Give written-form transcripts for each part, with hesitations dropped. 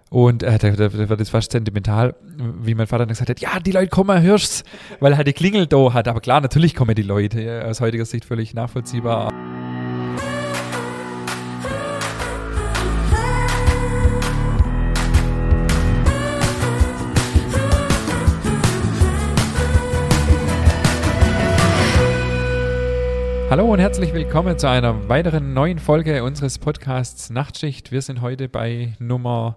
Und da wird jetzt fast sentimental, wie mein Vater dann gesagt hat, ja, die Leute kommen, hörst's, weil er halt die Klingel da hat. Aber klar, natürlich kommen die Leute, ja, aus heutiger Sicht völlig nachvollziehbar. Hallo und herzlich willkommen zu einer weiteren neuen Folge unseres Podcasts Nachtschicht. Wir sind heute bei Nummer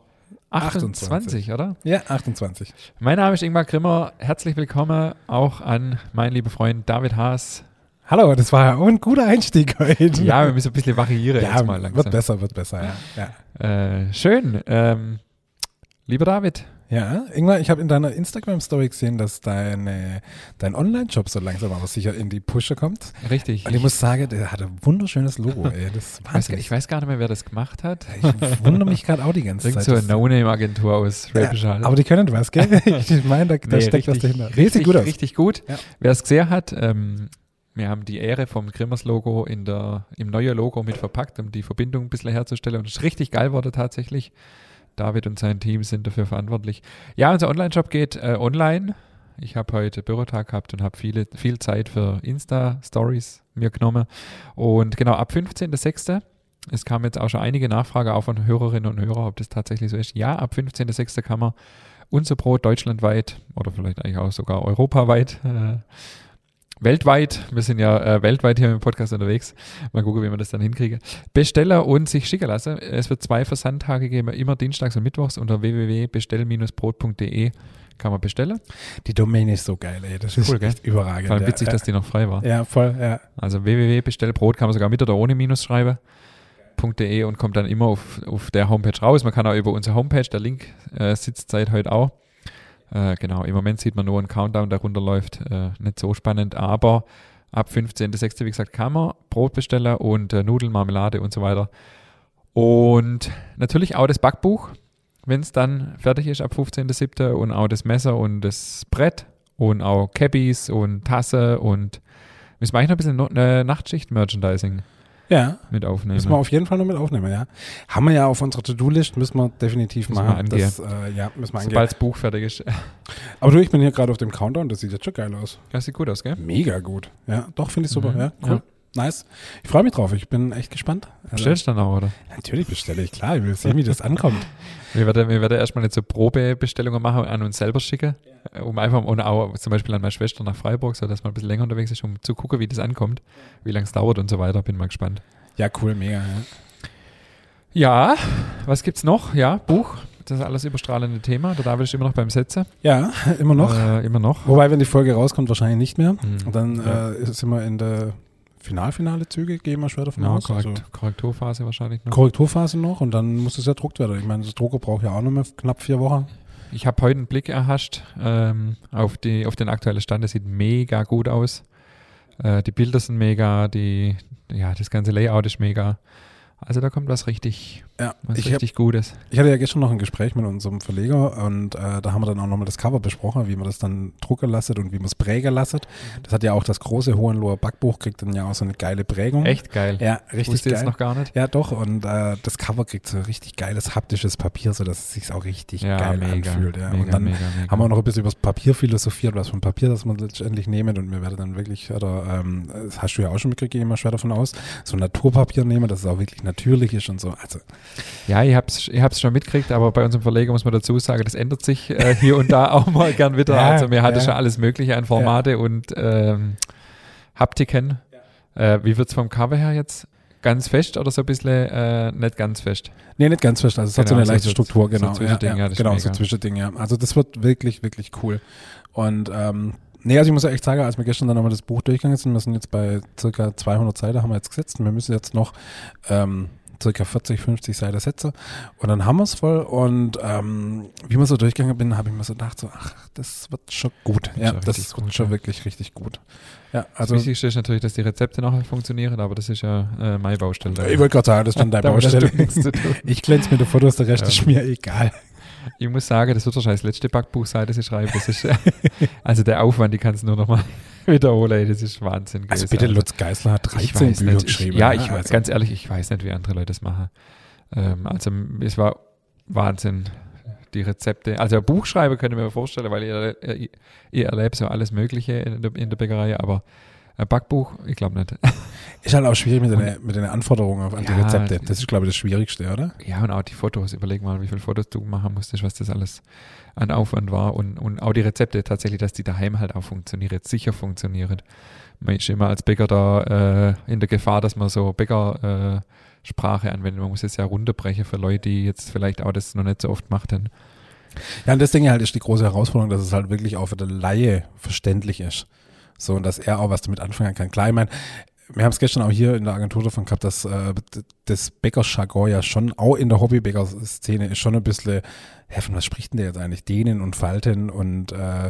28, oder? Ja, 28. Mein Name ist Ingmar Grimmer. Herzlich willkommen auch an meinen lieben Freund David Haas. Hallo, das war auch ein guter Einstieg heute. Ja, wir müssen ein bisschen variieren ja, jetzt mal langsam. Wird besser, ja. Schön. Lieber David. Ja, Ingmar, ich habe in deiner Instagram-Story gesehen, dass dein Online-Shop so langsam aber sicher in die Pushe kommt. Richtig. Und ich muss sagen, der hat ein wunderschönes Logo, ey. Das ist Wahnsinn. Ich weiß gar nicht mehr, wer das gemacht hat. Ich wundere mich gerade auch die ganze Zeit. Irgend so eine No-Name-Agentur aus Schwäbisch Hall. Aber die können was, gell? Ich meine, da steckt was dahinter. Richtig gut aus. Richtig gut. Ja. Wer es gesehen hat, wir haben die Ehre vom Grimmers-Logo im neuen Logo mit verpackt, um die Verbindung ein bisschen herzustellen. Und es ist richtig geil geworden tatsächlich. David und sein Team sind dafür verantwortlich. Ja, unser Online-Shop geht online. Ich habe heute Bürotag gehabt und habe viel Zeit für Insta-Stories mir genommen. Und genau, ab 15.06. Es kamen jetzt auch schon einige Nachfragen auch von Hörerinnen und Hörern, ob das tatsächlich so ist. Ja, ab 15.06. kann man unser Brot deutschlandweit oder vielleicht eigentlich auch sogar europaweit weltweit, wir sind ja weltweit hier im Podcast unterwegs, mal gucken, wie wir das dann hinkriegen, bestellen und sich schicken lassen. Es wird 2 Versandtage geben, immer dienstags und mittwochs unter www.bestell-brot.de kann man bestellen. Die Domain ist so geil, ey, das ist cool, echt überragend. Vor allem witzig, dass die noch frei war. Ja, voll, ja. Also www.bestellbrot kann man sogar mit oder ohne Minus schreiben, .de und kommt dann immer auf der Homepage raus. Man kann auch über unsere Homepage, der Link sitzt seit heute auch. Genau, im Moment sieht man nur einen Countdown, der runterläuft, nicht so spannend, aber ab 15.06. wie gesagt kann man Brot bestellen und Nudeln, Marmelade und so weiter. Und natürlich auch das Backbuch, wenn es dann fertig ist ab 15.07. und auch das Messer und das Brett und auch Cabbies und Tasse und müssen wir eigentlich noch ein bisschen Nachtschicht-Merchandising mit aufnehmen. Müssen wir auf jeden Fall noch mit aufnehmen, ja. Haben wir ja auf unserer To-Do-List, müssen wir definitiv machen. Müssen wir angehen. Sobald das Buch fertig ist. Aber du, ich bin hier gerade auf dem Countdown, das sieht jetzt schon geil aus. Das sieht gut aus, gell? Mega gut. Ja, doch, finde ich super. Ja, cool. Ja. Nice. Ich freue mich drauf, ich bin echt gespannt. Bestellst du dann auch, oder? Natürlich bestelle ich, klar. Ich will sehen, wie das ankommt. Wir werden erstmal nicht so Probebestellungen machen, an uns selber schicken, um einfach, und auch zum Beispiel an meine Schwester nach Freiburg, so dass man ein bisschen länger unterwegs ist, um zu gucken, wie das ankommt, wie lange es dauert und so weiter. Bin mal gespannt. Ja, cool, mega. Ja, was gibt's noch? Ja, Buch. Das ist alles überstrahlende Thema. Der David ist immer noch beim Setzen. Ja, immer noch. Immer noch. Wobei, wenn die Folge rauskommt, wahrscheinlich nicht mehr. Und dann sind wir in der finale Züge, gehen wir schwer davon aus. Korrekturphase wahrscheinlich noch. Korrekturphase noch und dann muss es ja druckt werden. Ich meine, das Drucker braucht ja auch noch mal knapp 4 Wochen. Ich habe heute einen Blick erhascht auf den aktuellen Stand. Das sieht mega gut aus. Die Bilder sind mega, das ganze Layout ist mega. Also da kommt was richtig Gutes. Ich hatte ja gestern noch ein Gespräch mit unserem Verleger und da haben wir dann auch nochmal das Cover besprochen, wie man das dann drucken lasset und wie man es prägen lasset. Das hat ja auch das große Hohenloher Backbuch, kriegt dann ja auch so eine geile Prägung. Echt geil. Ja, richtig Wusste geil. Jetzt noch gar nicht. Ja, doch. Und das Cover kriegt so richtig geiles haptisches Papier, sodass es sich auch richtig geil anfühlt. Ja. Und dann haben wir auch noch ein bisschen über das Papier philosophiert, was für ein Papier das man letztendlich nehmen und wir werden dann wirklich, das hast du ja auch schon mitgekriegt, immer schwer davon aus, so Naturpapier nehmen, dass es auch wirklich natürlich ist und so. Also ja, ich hab's schon mitgekriegt, aber bei unserem Verleger muss man dazu sagen, das ändert sich hier und da auch mal gern wieder. Ja, also wir hatten schon alles Mögliche an Formate und Haptiken. Ja. Wie wird's vom Cover her jetzt? Ganz fest oder so ein bisschen nicht ganz fest? Nee, nicht ganz fest. Also es hat so eine leichte Struktur, genau. So Zwischending, so Zwischending, ja. Also das wird wirklich, wirklich cool. Und also ich muss ja echt sagen, als wir gestern dann nochmal das Buch durchgegangen sind, wir sind jetzt bei circa 200 Seiten, haben wir jetzt gesetzt und wir müssen jetzt noch circa 40, 50 Seiten setzen und dann haben wir es voll und wie wir so durchgegangen bin, habe ich mir so gedacht, das wird schon gut. Ja, das wird schon wirklich richtig gut. Ja, also das Wichtigste ist natürlich, dass die Rezepte nachher funktionieren, aber das ist ja meine Baustelle. Ich wollte gerade sagen, das ist schon deine Baustelle. Ich glänze mit den Fotos, der Rest ist mir egal. Ich muss sagen, das wird wahrscheinlich das letzte Backbuchseite, das ich schreibe. Das ist, also der Aufwand, die kannst du nur noch mal wiederholen. Das ist Wahnsinn. Also bitte, Lutz Geisler hat 13 Bücher geschrieben. Ganz ehrlich, ich weiß nicht, wie andere Leute das machen. Also es war Wahnsinn. die Rezepte. Also ein Buch schreiben könnte ich mir vorstellen, weil ihr erlebt so alles Mögliche in der Bäckerei, aber ein Backbuch, ich glaube nicht. Ist halt auch schwierig mit den Anforderungen an die Rezepte. Das ist, glaube ich, das Schwierigste, oder? Ja, und auch die Fotos. Überleg mal, wie viele Fotos du machen musstest, was das alles an Aufwand war. Und auch die Rezepte tatsächlich, dass die daheim halt auch funktionieren, sicher funktionieren. Man ist immer als Bäcker da in der Gefahr, dass man so Bäckersprache anwendet. Man muss es ja runterbrechen für Leute, die jetzt vielleicht auch das noch nicht so oft machen. Ja, und das Ding halt ist die große Herausforderung, dass es halt wirklich auch für den Laie verständlich ist. So, und dass er auch was damit anfangen kann. Klar, ich meine, wir haben es gestern auch hier in der Agentur davon gehabt, dass das Bäckerjargon ja schon auch in der Hobbybäcker-Szene ist schon ein bisschen, von was spricht denn der jetzt eigentlich? Dehnen und Falten und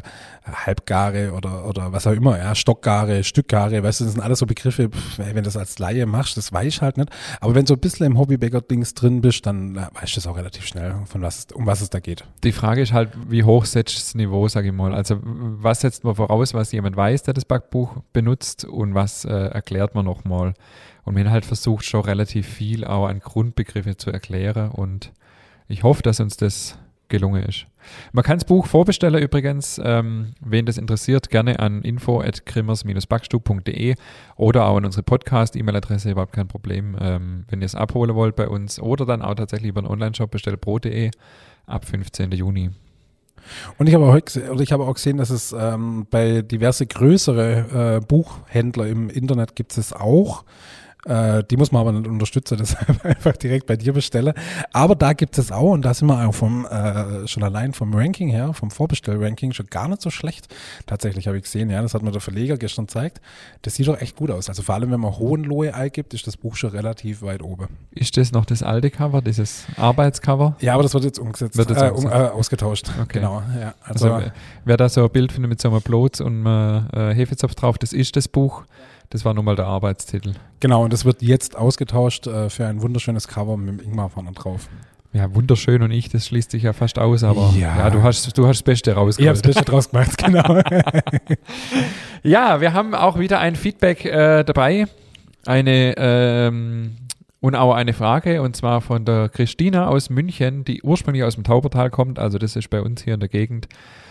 Halbgare oder was auch immer, ja, Stockgare, Stückgare, weißt du, das sind alles so Begriffe, wenn du das als Laie machst, das weiß ich halt nicht. Aber wenn du so ein bisschen im Hobbybäcker-Dings drin bist, dann weißt du das auch relativ schnell, um was es da geht. Die Frage ist halt, wie hoch setzt das Niveau, sage ich mal. Also was setzt man voraus, was jemand weiß, der das Backbuch benutzt und was erklärt man nochmal. Und wir haben halt versucht, schon relativ viel auch an Grundbegriffe zu erklären und ich hoffe, dass uns das gelungen ist. Man kann das Buch vorbestellen übrigens, wen das interessiert, gerne an info@grimmers-backstube.de oder auch an unsere Podcast-E-Mail-Adresse, überhaupt kein Problem, wenn ihr es abholen wollt bei uns oder dann auch tatsächlich über den Online-Shop bestellbrot.de ab 15. Juni. Und ich habe auch gesehen, dass es bei diverse größere Buchhändler im Internet gibt es auch. Die muss man aber nicht unterstützen, deshalb einfach direkt bei dir bestellen. Aber da gibt es auch, und da sind wir auch schon allein vom Ranking her, vom Vorbestell-Ranking schon gar nicht so schlecht. Tatsächlich habe ich gesehen, ja, das hat mir der Verleger gestern gezeigt. Das sieht doch echt gut aus. Also vor allem, wenn man Hohenlohe eingibt, ist das Buch schon relativ weit oben. Ist das noch das alte Cover, dieses Arbeitscover? Ja, aber das wird jetzt umgesetzt, ausgetauscht. Okay. Genau, ja. Also wer da so ein Bild findet mit so einem Plotz und einem Hefezopf drauf, das ist das Buch. Das war nun mal der Arbeitstitel. Genau, und das wird jetzt ausgetauscht für ein wunderschönes Cover mit dem Ingmar vorne drauf. Ja, wunderschön und das schließt sich ja fast aus, aber ja du hast das Beste rausgemacht. Ich habe das Beste draus gemacht, genau. Ja, wir haben auch wieder ein Feedback dabei, und auch eine Frage, und zwar von der Christina aus München, die ursprünglich aus dem Taubertal kommt, also das ist bei uns hier in der Gegend,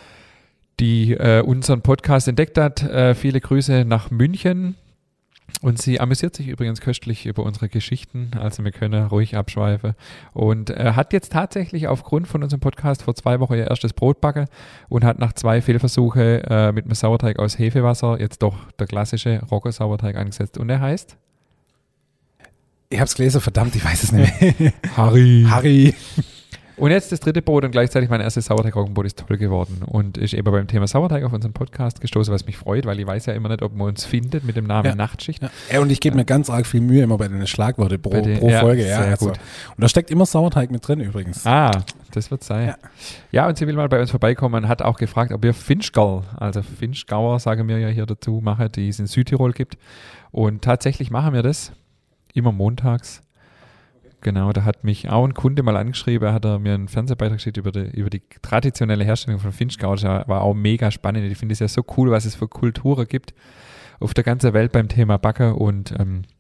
die unseren Podcast entdeckt hat. Viele Grüße nach München. Und sie amüsiert sich übrigens köstlich über unsere Geschichten, also wir können ruhig abschweifen. Und hat jetzt tatsächlich aufgrund von unserem Podcast vor 2 Wochen ihr erstes Brot backen und hat nach 2 Fehlversuche mit einem Sauerteig aus Hefewasser jetzt doch der klassische Roggen-Sauerteig angesetzt. Und er heißt? Ich hab's gelesen, verdammt, ich weiß es nicht mehr. Harry. Und jetzt das 3. Brot und gleichzeitig mein erstes Sauerteig-Roggenbrot ist toll geworden und ist eben beim Thema Sauerteig auf unseren Podcast gestoßen, was mich freut, weil ich weiß ja immer nicht, ob man uns findet mit dem Namen Nachtschicht. Ja, und ich gebe mir ganz arg viel Mühe immer bei den Schlagworten pro Folge. Ja, sehr gut. Und da steckt immer Sauerteig mit drin übrigens. Ah, das wird sein. Ja, und sie will mal bei uns vorbeikommen und hat auch gefragt, ob wir Finchgau, also Finchgauer, sagen wir ja hier dazu, machen, die es in Südtirol gibt. Und tatsächlich machen wir das immer montags. Genau, da hat mich auch ein Kunde mal angeschrieben, hat er mir einen Fernsehbeitrag geschickt über die traditionelle Herstellung von Finchgau. Das war auch mega spannend. Ich finde es ja so cool, was es für Kulturen gibt auf der ganzen Welt beim Thema Backen. Und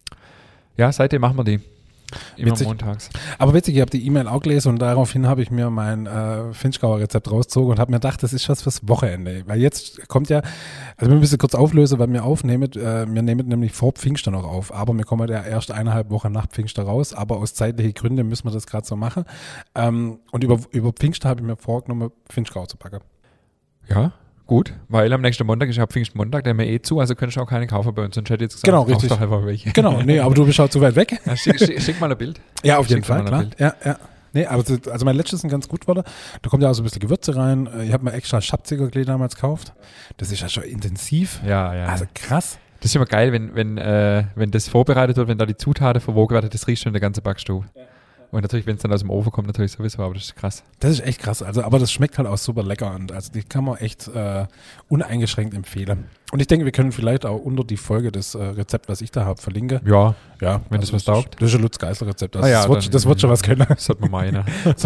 seitdem machen wir die. Immer montags. Aber witzig, ich habe die E-Mail auch gelesen und daraufhin habe ich mir mein Finchgauer Rezept rausgezogen und habe mir gedacht, das ist was fürs Wochenende. Weil jetzt kommt ja, also wir müssen kurz auflösen, weil wir aufnehmen, wir nehmen nämlich vor Pfingsten noch auf, aber wir kommen ja erst 1,5 Wochen nach Pfingsten raus, aber aus zeitlichen Gründen müssen wir das gerade so machen. Und über Pfingsten habe ich mir vorgenommen, Finchgau zu packen. Ja, gut, weil am nächsten Montag ist ja Pfingstmontag, der mir zu, also könntest du auch keine kaufen bei uns. Sonst hätte ich jetzt gesagt, genau, richtig. Doch einfach welche. Genau, nee, aber du bist halt zu weit weg. Ja, schick mal ein Bild. Ja, auf jeden Fall, klar. Ja. Nee, aber also mein letztes sind ganz gut geworden. Da kommt ja auch so ein bisschen Gewürze rein. Ich habe mir extra Schabzigerklee damals gekauft. Das ist ja schon intensiv. Ja. Also krass. Das ist immer geil, wenn das vorbereitet wird, wenn da die Zutaten verwogen werden, das riecht schon in der ganzen Backstube. Ja. Und natürlich, wenn es dann aus dem Ofen kommt, natürlich sowieso, aber das ist krass. Das ist echt krass. Also, aber das schmeckt halt auch super lecker und also die kann man echt uneingeschränkt empfehlen. Und ich denke, wir können vielleicht auch unter die Folge das Rezept, was ich da habe, verlinken. Ja, wenn also das was taugt. Das ist ein Lutz Geisler Rezept. Also das wird schon was können. Das hat man meiner.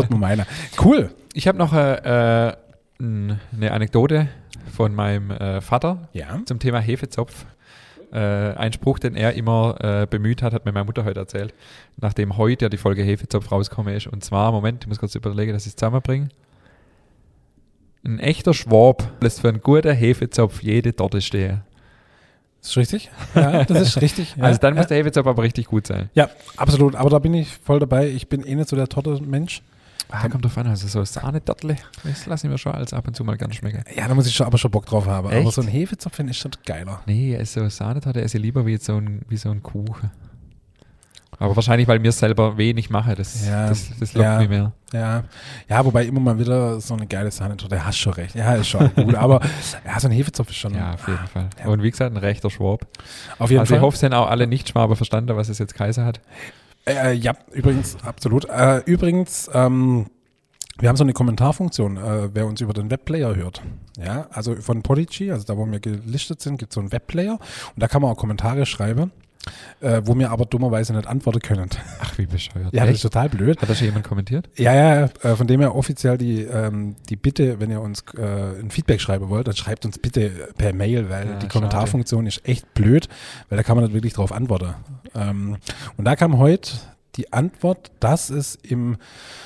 Cool. Ich habe noch eine Anekdote von meinem Vater zum Thema Hefezopf. Ein Spruch, den er immer bemüht hat mir meine Mutter heute erzählt, nachdem heute ja die Folge Hefezopf rausgekommen ist. Und zwar, Moment, ich muss kurz überlegen, dass ich es zusammenbringe. ein echter Schwab lässt für einen guten Hefezopf jede Torte stehen. Das ist richtig. Ja, das ist richtig. Ja. Also dann muss der Hefezopf aber richtig gut sein. Ja, absolut. Aber da bin ich voll dabei. Ich bin nicht so der Torte-Mensch. Kommt drauf an, also so Sahne-Tortle, das lasse ich mir schon als ab und zu mal ganz schmecken. Ja, da muss ich aber schon Bock drauf haben. Echt? Aber so ein Hefezopf finde ich schon geiler. Nee, so Sahne-Torte esse ich lieber wie so ein Kuchen. Aber wahrscheinlich, weil mir selber wenig mache, das lockt mich mehr. Ja, wobei immer mal wieder so eine geile Sahnetorte, hast schon recht. Ja, ist schon gut, aber ja, so ein Hefezopf ist schon... Ja, auf jeden Fall. Ja. Und wie gesagt, ein rechter Schwab. Auf jeden Fall. Ich hoffe, es haben auch alle Nicht-Schwaber verstanden, was es jetzt Kaiser hat. Ja, übrigens, absolut. Wir haben so eine Kommentarfunktion, wer uns über den Webplayer hört. Ja, also von Podigy, also da, wo wir gelistet sind, gibt es so einen Webplayer und da kann man auch Kommentare schreiben, wo wir aber dummerweise nicht antworten können. Ach, wie bescheuert. Ja, das ist total blöd. Hat da schon jemand kommentiert? Ja, von dem her offiziell die Bitte, wenn ihr uns ein Feedback schreiben wollt, dann schreibt uns bitte per Mail, weil die Kommentarfunktion ist echt blöd, weil da kann man nicht wirklich drauf antworten. Und da kam heute die Antwort, dass es im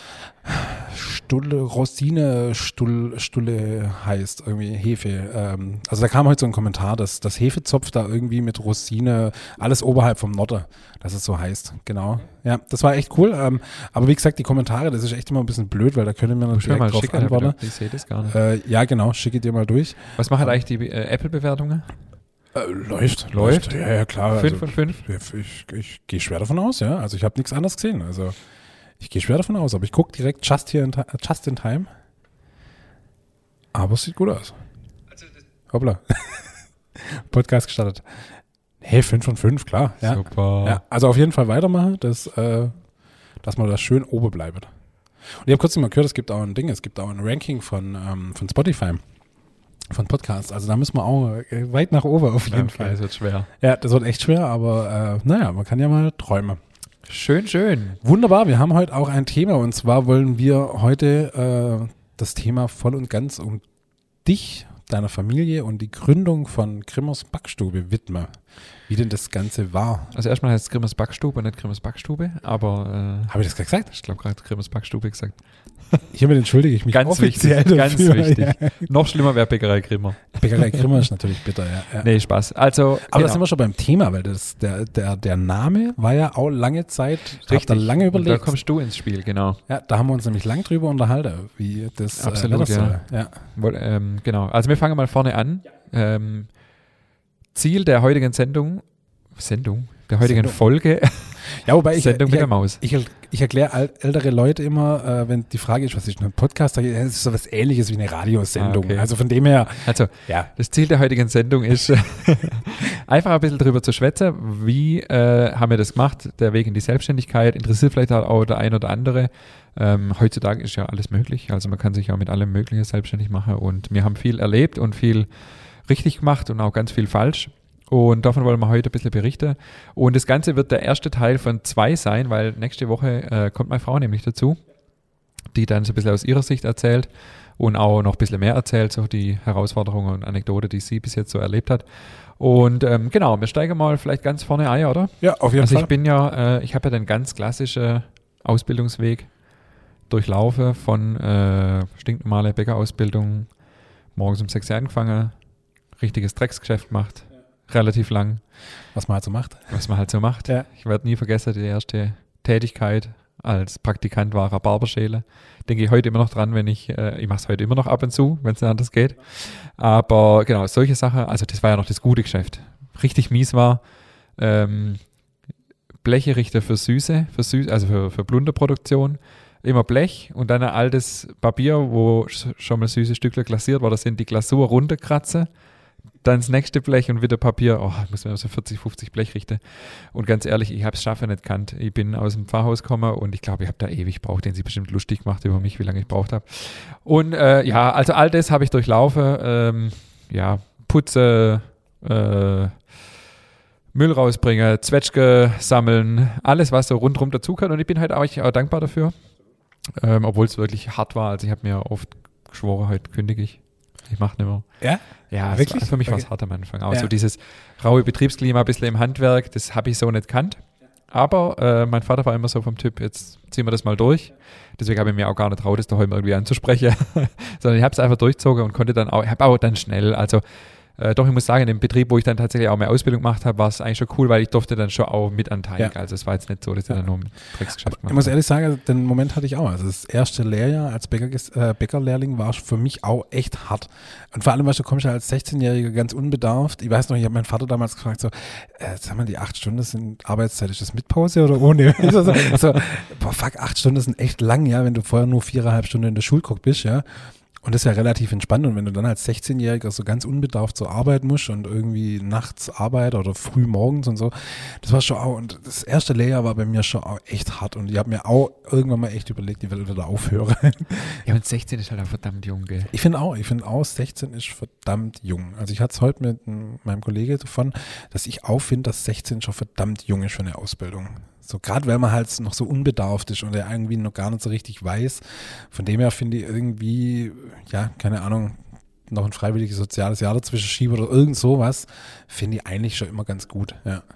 Stulle heißt, irgendwie Hefe. Also da kam heute so ein Kommentar, dass das Hefezopf da irgendwie mit Rosine, alles oberhalb vom Nodder, dass es so heißt. Genau. Ja, das war echt cool. Aber wie gesagt, die Kommentare, das ist echt immer ein bisschen blöd, weil da können wir noch direkt drauf antworten. Ich sehe das gar nicht. Ja, genau, schicke dir mal durch. Was machen eigentlich die Apple-Bewertungen? Läuft. Ja, klar. 5 von 5? Ich gehe schwer davon aus, ja. Also ich habe nichts anderes gesehen. Also ich gehe schwer davon aus, aber ich gucke direkt just in time. Aber es sieht gut aus. Hoppla. Podcast gestartet. Hey, 5 von 5, klar. Ja. Super. Ja, also auf jeden Fall weitermachen, dass man da schön oben bleibt. Und ich habe kurz mal gehört, es gibt auch ein Ranking von Spotify. Von Podcasts. Also da müssen wir auch weit nach oben auf jeden Fall. Das wird schwer. Ja, das wird echt schwer, aber man kann ja mal träumen. Schön. Wunderbar, wir haben heute auch ein Thema und zwar wollen wir heute das Thema voll und ganz um dich, deiner Familie und die Gründung von Grimmers Backstube widmen. Wie denn das Ganze war. Also erstmal heißt es Grimmers Backstube, nicht Grimmers Backstube, aber... Habe ich das gesagt? Ich glaube gerade Grimmers Backstube gesagt. Hiermit entschuldige ich mich ganz offiziell wichtig, dafür. Ganz wichtig. Ja. Noch schlimmer wäre Bäckerei Grimmer. Bäckerei Grimmer ist natürlich bitter, ja. Nee, Spaß. Also, aber da sind wir schon beim Thema, weil der Name war ja auch lange Zeit, richtig, lange überlegt. Und da kommst du ins Spiel, genau. Ja, da haben wir uns nämlich lang drüber unterhalten, wie das absolut, ja. Genau. Also wir fangen mal vorne an. Ziel der heutigen Folge. Ja, wobei Sendung mit der Maus. Ich erkläre ältere Leute immer, wenn die Frage ist, was ist ein Podcast, das ist so was Ähnliches wie eine Radiosendung. Okay. Also von dem her. Also, das Ziel der heutigen Sendung ist, einfach ein bisschen drüber zu schwätzen. Wie haben wir das gemacht? Der Weg in die Selbstständigkeit interessiert vielleicht auch der ein oder andere. Heutzutage ist ja alles möglich. Also man kann sich auch mit allem Möglichen selbstständig machen. Und wir haben viel erlebt und viel richtig gemacht und auch ganz viel falsch. Und davon wollen wir heute ein bisschen berichten. Und das Ganze wird der erste Teil von 2 sein, weil nächste Woche kommt meine Frau nämlich dazu, die dann so ein bisschen aus ihrer Sicht erzählt und auch noch ein bisschen mehr erzählt, so die Herausforderungen und Anekdote, die sie bis jetzt so erlebt hat. Und genau, wir steigen mal vielleicht ganz vorne ein, oder? Ja, auf jeden Fall. Also ich habe ja den ganz klassischen Ausbildungsweg durchlaufen von stinknormale Bäckerausbildung, morgens um 6 Uhr angefangen, richtiges Drecksgeschäft gemacht. Relativ lang. Was man halt so macht. Ja. Ich werde nie vergessen, die erste Tätigkeit als Praktikant war Rhabarberschäle. Denke ich heute immer noch dran, ich mache es heute immer noch ab und zu, wenn es nicht anders geht. Aber genau, solche Sachen, also das war ja noch das gute Geschäft. Richtig mies war, Bleche richten für Süße, also für Blunderproduktion. Immer Blech und dann ein altes Papier, wo schon mal süße Stückchen glasiert war, das sind die Glasur runterkratzen. Dann das nächste Blech und wieder Papier. Ich muss mir so 40, 50 Blech richten. Und ganz ehrlich, ich habe es schaffen nicht gekannt. Ich bin aus dem Pfarrhaus gekommen und ich glaube, ich habe da ewig gebraucht, den sie bestimmt lustig gemacht über mich, wie lange ich gebraucht habe. Und also all das habe ich durchlaufen. Putze, Müll rausbringen, Zwetschge sammeln, alles, was so rundherum dazugehört. Und ich bin halt auch dankbar dafür. Obwohl es wirklich hart war. Also ich habe mir oft geschworen, heute kündige ich. Ich mache nicht mehr. Ja? Ja, wirklich? Für mich war es hart am Anfang. Auch so dieses raue Betriebsklima, ein bisschen im Handwerk, das habe ich so nicht gekannt. Aber mein Vater war immer so vom Typ, jetzt ziehen wir das mal durch. Deswegen habe ich mir auch gar nicht traut, das daheim irgendwie anzusprechen. Sondern ich habe es einfach durchgezogen und konnte dann auch, ich habe auch dann schnell, also doch, ich muss sagen, in dem Betrieb, wo ich dann tatsächlich auch mehr Ausbildung gemacht habe, war es eigentlich schon cool, weil ich durfte dann schon auch mit an Teig. Also es war jetzt nicht so, dass ich dann nur ein Drecksgeschäft gemacht habe. Ich muss ehrlich sagen, den Moment hatte ich auch. Also das erste Lehrjahr als Bäckerlehrling war für mich auch echt hart. Und vor allem, weißt du, kommst ja als 16-Jähriger ganz unbedarft. Ich weiß noch, ich habe meinen Vater damals gefragt, so, sag mal, die 8 Stunden sind Arbeitszeit, ist das mit Pause oder ohne? so, boah, fuck, 8 Stunden sind echt lang, ja, wenn du vorher nur 4,5 Stunden in der Schule bist, ja. Und das ist ja relativ entspannt. Und wenn du dann als 16-Jähriger so ganz unbedarft zur Arbeit musst und irgendwie nachts Arbeit oder früh morgens und so, das war schon auch, und das erste Lehrjahr war bei mir schon auch echt hart. Und ich habe mir auch irgendwann mal echt überlegt, ich will wieder aufhören. Ja, und 16 ist halt auch verdammt jung, gell? Ich finde auch, 16 ist verdammt jung. Also ich hatte es heute mit meinem Kollegen davon, dass ich auch finde, dass 16 schon verdammt jung ist für eine Ausbildung. So gerade weil man halt noch so unbedarft ist und er irgendwie noch gar nicht so richtig weiß. Von dem her finde ich irgendwie, ja, keine Ahnung, noch ein freiwilliges soziales Jahr dazwischen schiebe oder irgend sowas, finde ich eigentlich schon immer ganz gut.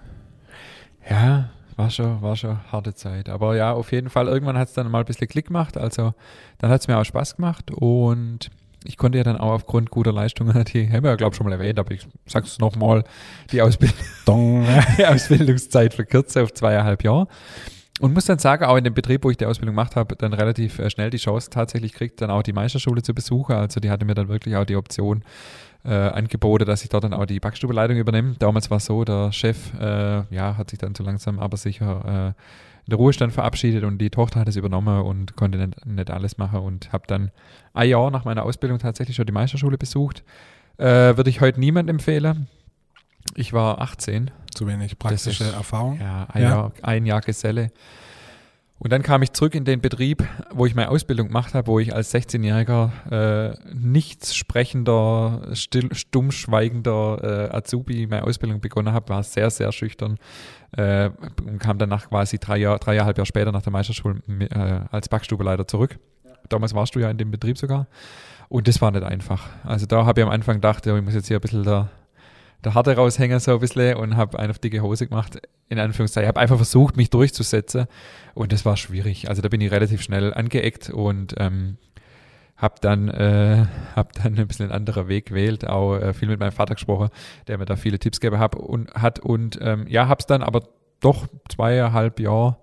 Ja, war schon harte Zeit. Aber ja, auf jeden Fall, irgendwann hat es dann mal ein bisschen Klick gemacht. Also dann hat es mir auch Spaß gemacht und ich konnte ja dann auch aufgrund guter Leistungen, die haben wir ja, glaube ich, schon mal erwähnt, aber ich sage es nochmal, die Ausbildungszeit verkürzen auf 2,5 Jahre. Und muss dann sagen, auch in dem Betrieb, wo ich die Ausbildung gemacht habe, dann relativ schnell die Chance tatsächlich kriegt, dann auch die Meisterschule zu besuchen. Also die hatte mir dann wirklich auch die Option angeboten, dass ich dort dann auch die Backstubeleitung übernehme. Damals war es so, der Chef hat sich dann so langsam aber sicher in den Ruhestand verabschiedet und die Tochter hat es übernommen und konnte nicht alles machen und habe dann ein Jahr nach meiner Ausbildung tatsächlich schon die Meisterschule besucht. Würde ich heute niemand empfehlen. Ich war 18. Zu wenig praktische Erfahrung. Ja, ein Jahr Geselle. Und dann kam ich zurück in den Betrieb, wo ich meine Ausbildung gemacht habe, wo ich als 16-jähriger nichts sprechender, stumm schweigender Azubi meine Ausbildung begonnen habe, war sehr, sehr schüchtern und kam danach quasi 3,5 Jahre später nach der Meisterschule als Backstubeleiter zurück. Damals warst du ja in dem Betrieb sogar. Und das war nicht einfach. Also da habe ich am Anfang gedacht, ich muss jetzt hier ein bisschen der Harte raushängen so ein bisschen und habe einen auf dicke Hose gemacht, in Anführungszeichen. Ich habe einfach versucht, mich durchzusetzen und das war schwierig. Also da bin ich relativ schnell angeeckt und habe dann ein bisschen einen anderen Weg gewählt, auch viel mit meinem Vater gesprochen, der mir da viele Tipps gegeben hat und habe es dann aber doch 2,5 Jahre.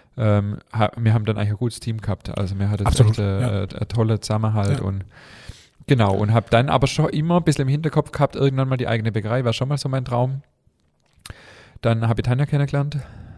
Wir haben dann eigentlich ein gutes Team gehabt. Also wir hatten echt einen tollen Zusammenhalt und genau, und habe dann aber schon immer ein bisschen im Hinterkopf gehabt, irgendwann mal die eigene Bäckerei, war schon mal so mein Traum. Dann habe ich Tanja kennengelernt.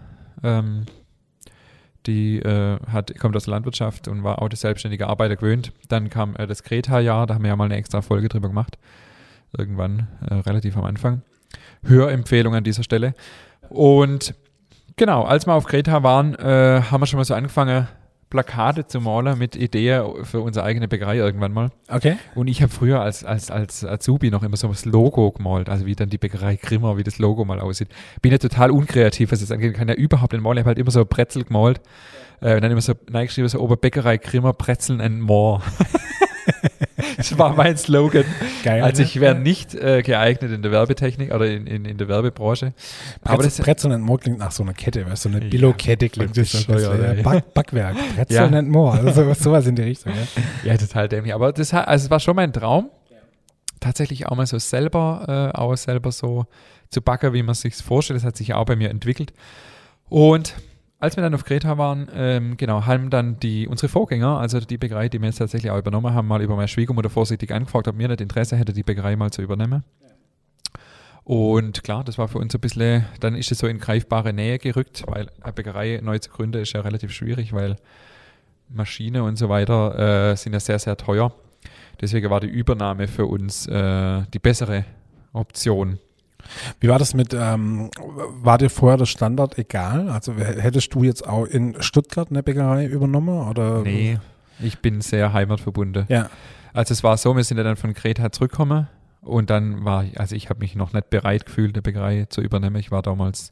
Die kommt aus der Landwirtschaft und war auch der selbstständige Arbeiter gewöhnt. Dann kam das Greta-Jahr, da haben wir ja mal eine extra Folge drüber gemacht. Irgendwann, relativ am Anfang. Hörempfehlung an dieser Stelle. Und genau, als wir auf Greta waren, haben wir schon mal so angefangen, Plakate zu malen mit Ideen für unsere eigene Bäckerei irgendwann mal. Okay. Und ich habe früher als Azubi noch immer so das Logo gemalt, also wie dann die Bäckerei Grimmer, wie das Logo mal aussieht. Bin ja total unkreativ, was das angeht, kann ja überhaupt nicht malen. Ich habe halt immer so Brezel gemalt und dann immer so reingeschrieben, so Oberbäckerei Grimmer, Brezeln and more. Das war mein Slogan. Geil. Also ich wäre nicht geeignet in der Werbetechnik oder in der Werbebranche. Aber das Brezel and More klingt nach so einer Kette, weißt du, so eine Billo-Kette klingt das so. Backwerk, Brezel and More, also sowas in die Richtung. Ja, total dämlich. Aber es war schon mein Traum, tatsächlich auch mal so selber so zu backen, wie man es sich vorstellt. Das hat sich ja auch bei mir entwickelt. Und als wir dann auf Greta waren, haben dann unsere Vorgänger, also die Bäckerei, die wir jetzt tatsächlich auch übernommen haben, mal über meine Schwiegermutter vorsichtig angefragt, ob mir nicht Interesse hätte, die Bäckerei mal zu übernehmen. Und klar, das war für uns ein bisschen, dann ist es so in greifbare Nähe gerückt, weil eine Bäckerei neu zu gründen ist ja relativ schwierig, weil Maschine und so weiter sind ja sehr, sehr teuer. Deswegen war die Übernahme für uns die bessere Option. Wie war das war dir vorher der Standard egal? Also hättest du jetzt auch in Stuttgart eine Bäckerei übernommen? Oder? Nee, ich bin sehr heimatverbunden. Ja. Also es war so, wir sind ja dann von Greta zurückgekommen und dann ich habe mich noch nicht bereit gefühlt, eine Bäckerei zu übernehmen. Ich war damals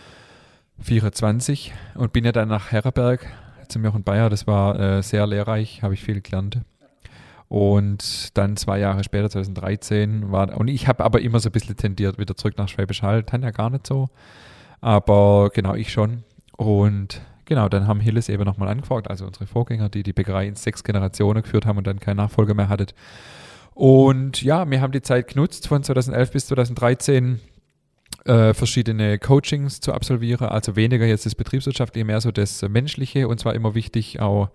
24 und bin ja dann nach Herreberg zum Jochen Bayer. Das war sehr lehrreich, habe ich viel gelernt. Und dann 2 Jahre später, 2013, und ich habe aber immer so ein bisschen tendiert, wieder zurück nach Schwäbisch Hall. Tanja gar nicht so, aber genau, ich schon. Und genau, dann haben Hilles eben nochmal angefragt, also unsere Vorgänger, die die Bäckerei in 6 Generationen geführt haben und dann keinen Nachfolger mehr hattet. Und ja, wir haben die Zeit genutzt von 2011 bis 2013 verschiedene Coachings zu absolvieren, also weniger jetzt das Betriebswirtschaftliche, mehr so das Menschliche, und zwar immer wichtig auch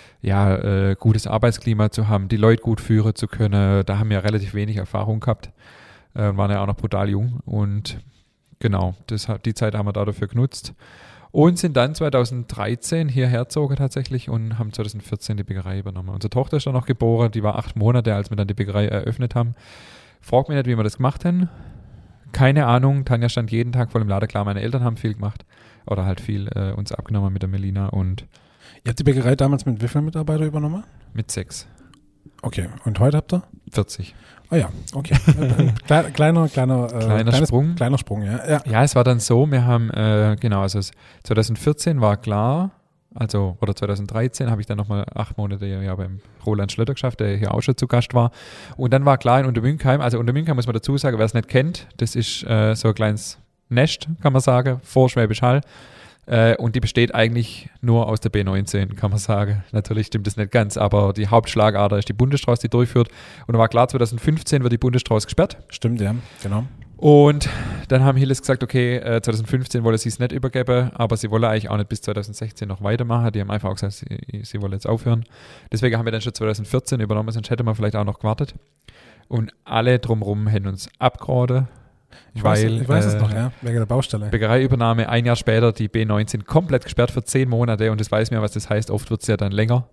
gutes Arbeitsklima zu haben, die Leute gut führen zu können. Da haben wir relativ wenig Erfahrung gehabt, waren ja auch noch brutal jung, und genau, die Zeit haben wir da dafür genutzt und sind dann 2013 hierher gezogen tatsächlich und haben 2014 die Bäckerei übernommen. Unsere Tochter ist dann noch geboren, die war 8 Monate, als wir dann die Bäckerei eröffnet haben. Frag mich nicht, wie wir das gemacht haben. Keine Ahnung, Tanja stand jeden Tag vor dem Laden. Klar, meine Eltern haben viel gemacht oder halt viel uns abgenommen mit der Melina. Und ihr habt die Bäckerei damals mit wie vielen Mitarbeitern übernommen? mit 6. Okay, und heute habt ihr? 40. Ah ja, okay. Kleiner Sprung. Kleiner Sprung, ja. Ja, es war dann so, wir haben, also 2014 war klar, oder 2013 habe ich dann nochmal 8 Monate beim Roland Schlötter geschafft, der hier auch schon zu Gast war. Und dann war klar in Untermünkheim, also Untermünkheim muss man dazu sagen, wer es nicht kennt, das ist so ein kleines Nest, kann man sagen, vor Schwäbisch Hall. Und die besteht eigentlich nur aus der B19, kann man sagen. Natürlich stimmt das nicht ganz, aber die Hauptschlagader ist die Bundesstraße, die durchführt. Und da war klar, 2015 wird die Bundesstraße gesperrt. Stimmt, ja, genau. Und dann haben Hilles gesagt, okay, 2015 wolle sie es nicht übergeben, aber sie wolle eigentlich auch nicht bis 2016 noch weitermachen. Die haben einfach auch gesagt, sie wolle jetzt aufhören. Deswegen haben wir dann schon 2014 übernommen, sonst hätte man vielleicht auch noch gewartet. Und alle drumherum hätten uns abgeraten. Ich weiß es noch, ja, wegen der Baustelle. Bäckereiübernahme, 1 Jahr später, die B19 komplett gesperrt für 10 Monate, und das weiß mir, was das heißt. Oft wird es ja dann länger.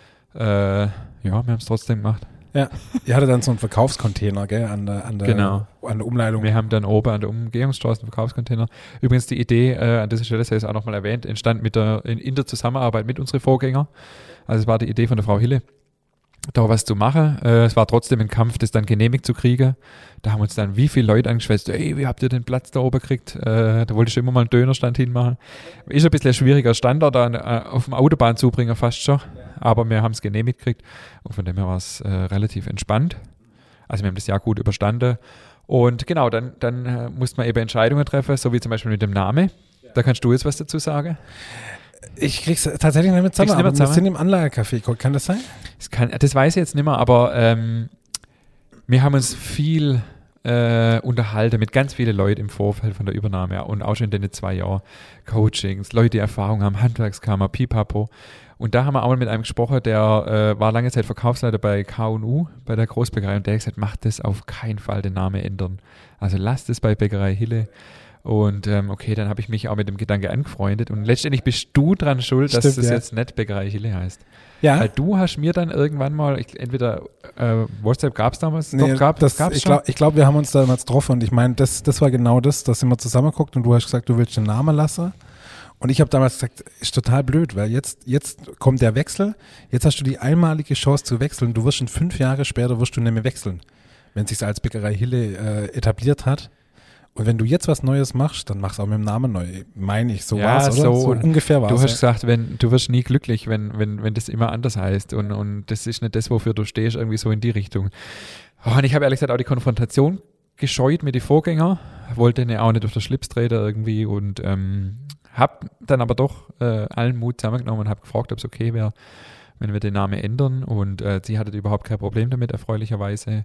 Wir haben es trotzdem gemacht. Ja, ihr hattet dann so einen Verkaufscontainer, gell, an der Umleitung. Wir haben dann oben an der Umgehungsstraße einen Verkaufscontainer. Übrigens die Idee, an dieser Stelle sei es auch nochmal erwähnt, entstand in der Zusammenarbeit mit unseren Vorgängern. Also es war die Idee von der Frau Hille, da was zu machen. Es war trotzdem ein Kampf, das dann genehmigt zu kriegen. Da haben uns dann wie viele Leute angeschwätzt, ey, wie habt ihr den Platz da oben gekriegt? Da wollte ich immer mal einen Dönerstand hinmachen. Ist ein bisschen ein schwieriger Standard auf dem Autobahnzubringer fast schon, aber wir haben es genehmigt gekriegt und von dem her war es relativ entspannt. Also wir haben das Jahr gut überstanden und genau, dann musste man eben Entscheidungen treffen, so wie zum Beispiel mit dem Namen. Da kannst du jetzt was dazu sagen. Ich krieg's tatsächlich nicht mehr zusammen, aber wir sind im Anlagercafé. Kann das sein? Das weiß ich jetzt nicht mehr, aber wir haben uns viel unterhalten mit ganz vielen Leuten im Vorfeld von der Übernahme und auch schon in den 2 Jahren Coachings, Leute, die Erfahrung haben, Handwerkskammer, Pipapo. Und da haben wir auch mal mit einem gesprochen, der war lange Zeit Verkaufsleiter bei K&U, bei der Großbäckerei, und der hat gesagt, macht das auf keinen Fall den Namen ändern. Also lasst es bei Bäckerei Hille. Und okay, dann habe ich mich auch mit dem Gedanke angefreundet und letztendlich bist du dran schuld, dass es jetzt nicht Bäckerei Hille heißt. Ja. Weil du hast mir dann irgendwann mal, entweder WhatsApp gab es damals? Nee, gab's ich glaube, wir haben uns damals getroffen und ich meine, das war genau das, da sind wir zusammengeguckt und du hast gesagt, du willst den Namen lassen. Und ich habe damals gesagt, ist total blöd, weil jetzt kommt der Wechsel, jetzt hast du die einmalige Chance zu wechseln, du wirst schon 5 Jahre später wirst du nicht mehr wechseln, wenn es sich als Bäckerei Hille etabliert hat. Und wenn du jetzt was Neues machst, dann machst du auch mit dem Namen neu. Meine ich, so war es, oder? So ungefähr war es. Du hast gesagt, du wirst nie glücklich, wenn das immer anders heißt. Und das ist nicht das, wofür du stehst, irgendwie so in die Richtung. Und ich habe ehrlich gesagt auch die Konfrontation gescheut mit den Vorgängern. Wollte ne auch nicht auf der Schlips treten irgendwie. Und habe dann aber doch allen Mut zusammengenommen und habe gefragt, ob es okay wäre, wenn wir den Namen ändern. Und sie hatte überhaupt kein Problem damit, erfreulicherweise.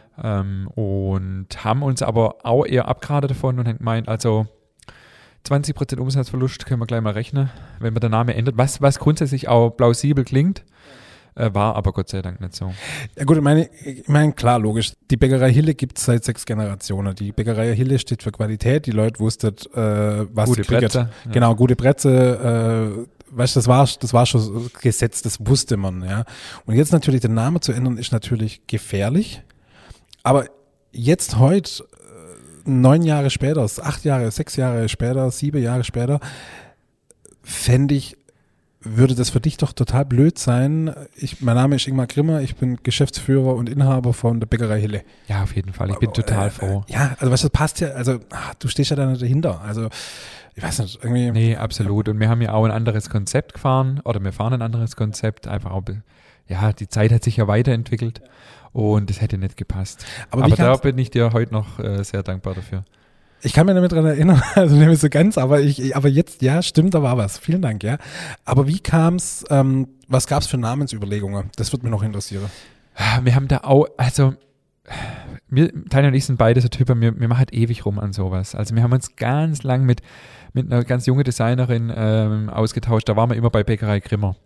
Und haben uns aber auch eher abgeraten davon und haben gemeint, also 20% Umsatzverlust können wir gleich mal rechnen, wenn man den Namen ändert, was grundsätzlich auch plausibel klingt, war aber Gott sei Dank nicht so. Ja gut, ich meine, klar, logisch, die Bäckerei Hille gibt es seit 6 Generationen. Die Bäckerei Hille steht für Qualität, die Leute wussten, was gute sie kriegen. Breze, ja. Genau, gute Breze, weißt du, das war schon Gesetz, das wusste man, ja. Und jetzt natürlich den Namen zu ändern, ist natürlich gefährlich. Aber jetzt heute, 9 Jahre später, 8 Jahre, 6 Jahre später, 7 Jahre später, fände ich, würde das für dich doch total blöd sein. Mein Name ist Ingmar Grimmer, ich bin Geschäftsführer und Inhaber von der Bäckerei Hille. Ja, auf jeden Fall, ich bin total froh. Ja, also weißt du, das passt ja, also du stehst ja da nicht dahinter, also ich weiß nicht, irgendwie. Nee, absolut, und wir haben ja auch ein anderes Konzept gefahren, oder wir fahren ein anderes Konzept, einfach auch, ja, die Zeit hat sich ja weiterentwickelt. Und das hätte nicht gepasst. Aber da bin ich dir heute noch sehr dankbar dafür. Ich kann mich damit dran erinnern, also nicht mehr so ganz, aber jetzt, ja, stimmt, da war was. Vielen Dank, ja. Aber wie kam's, was gab's für Namensüberlegungen? Das würde mich noch interessieren. Wir haben da auch, also Tanja und ich sind beide so Typen, wir machen halt ewig rum an sowas. Also wir haben uns ganz lang mit einer ganz jungen Designerin ausgetauscht, da waren wir immer bei Bäckerei Grimmer.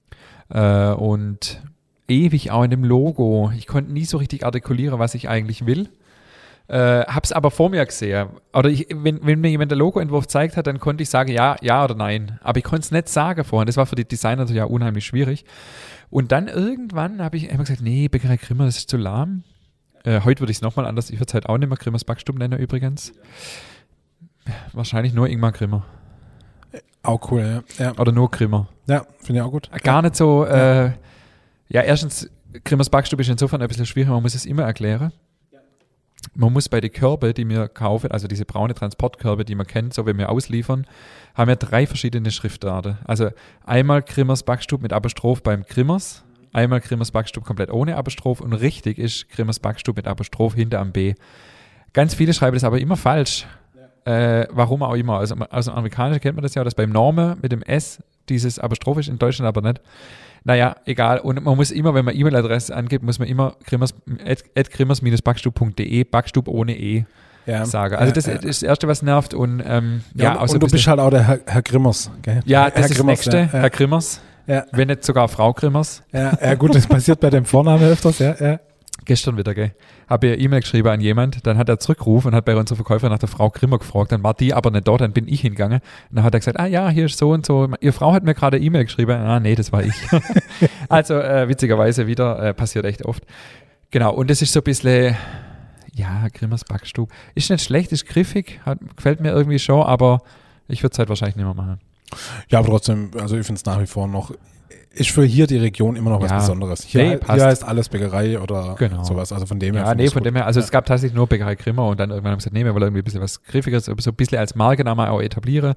Und ewig auch in dem Logo. Ich konnte nie so richtig artikulieren, was ich eigentlich will. Hab's aber vor mir gesehen. Oder wenn mir jemand den Logoentwurf gezeigt hat, dann konnte ich sagen, ja oder nein. Aber ich konnte es nicht sagen vorhin. Das war für die Designer natürlich auch unheimlich schwierig. Und dann irgendwann habe ich immer gesagt, nee, Bäckerei Grimmer, das ist zu lahm. Heute würde ich es nochmal anders, ich würde es halt auch nicht mehr Grimmers Backstube nennen übrigens. Wahrscheinlich nur Ingmar Grimmer. Auch cool, ja. Oder nur Grimmer. Ja, finde ich auch gut. Gar nicht so, erstens, Grimmers Backstube ist insofern ein bisschen schwierig, man muss es immer erklären. Man muss bei den Körbe, die wir kaufen, also diese braune Transportkörbe, die man kennt, so wie wir ausliefern, haben wir 3 verschiedene Schriftarten. Also einmal Grimmers Backstube mit Apostroph beim Grimmers, einmal Grimmers Backstube komplett ohne Apostroph und richtig ist Grimmers Backstube mit Apostroph hinter am B. Ganz viele schreiben das aber immer falsch. Warum auch immer. Also aus dem Amerikanischen kennt man das ja, dass beim Norme mit dem S dieses Apostroph ist, in Deutschland aber nicht. Naja, egal. Und man muss immer, wenn man E-Mail-Adresse angibt, muss man immer grimmers-backstube.de, Backstub ohne E, sagen. Also das ist das Erste, was nervt. Und, und du bist halt auch der Herr Grimmers, gell? Ja, das Herr ist Grimmers, das Nächste, Herr Grimmers. Ja. Wenn nicht sogar Frau Grimmers. Ja, gut, das passiert bei dem Vornamen öfters, ja. Gestern wieder, gell? Habe ich eine E-Mail geschrieben an jemand, dann hat er zurückgerufen und hat bei unserer Verkäuferin nach der Frau Grimmer gefragt, dann war die aber nicht dort, dann bin ich hingegangen und dann hat er gesagt, ja, hier ist so und so, Ihre Frau hat mir gerade eine E-Mail geschrieben, nee, das war ich. Also witzigerweise wieder, passiert echt oft. Genau, und das ist so ein bisschen, ja, Grimmers Backstube, ist nicht schlecht, ist griffig, gefällt mir irgendwie schon, aber ich würde es halt wahrscheinlich nicht mehr machen. Ja, aber trotzdem, also ich finde es nach wie vor noch, ist für hier die Region immer noch was Besonderes. Hier heißt alles Bäckerei oder sowas, also von dem her. Ja, nee, von dem her, also es gab tatsächlich nur Bäckerei Grimmer und dann irgendwann haben sie gesagt, nee, wir wollen irgendwie ein bisschen was Griffiges, so ein bisschen als Markenname auch etablieren.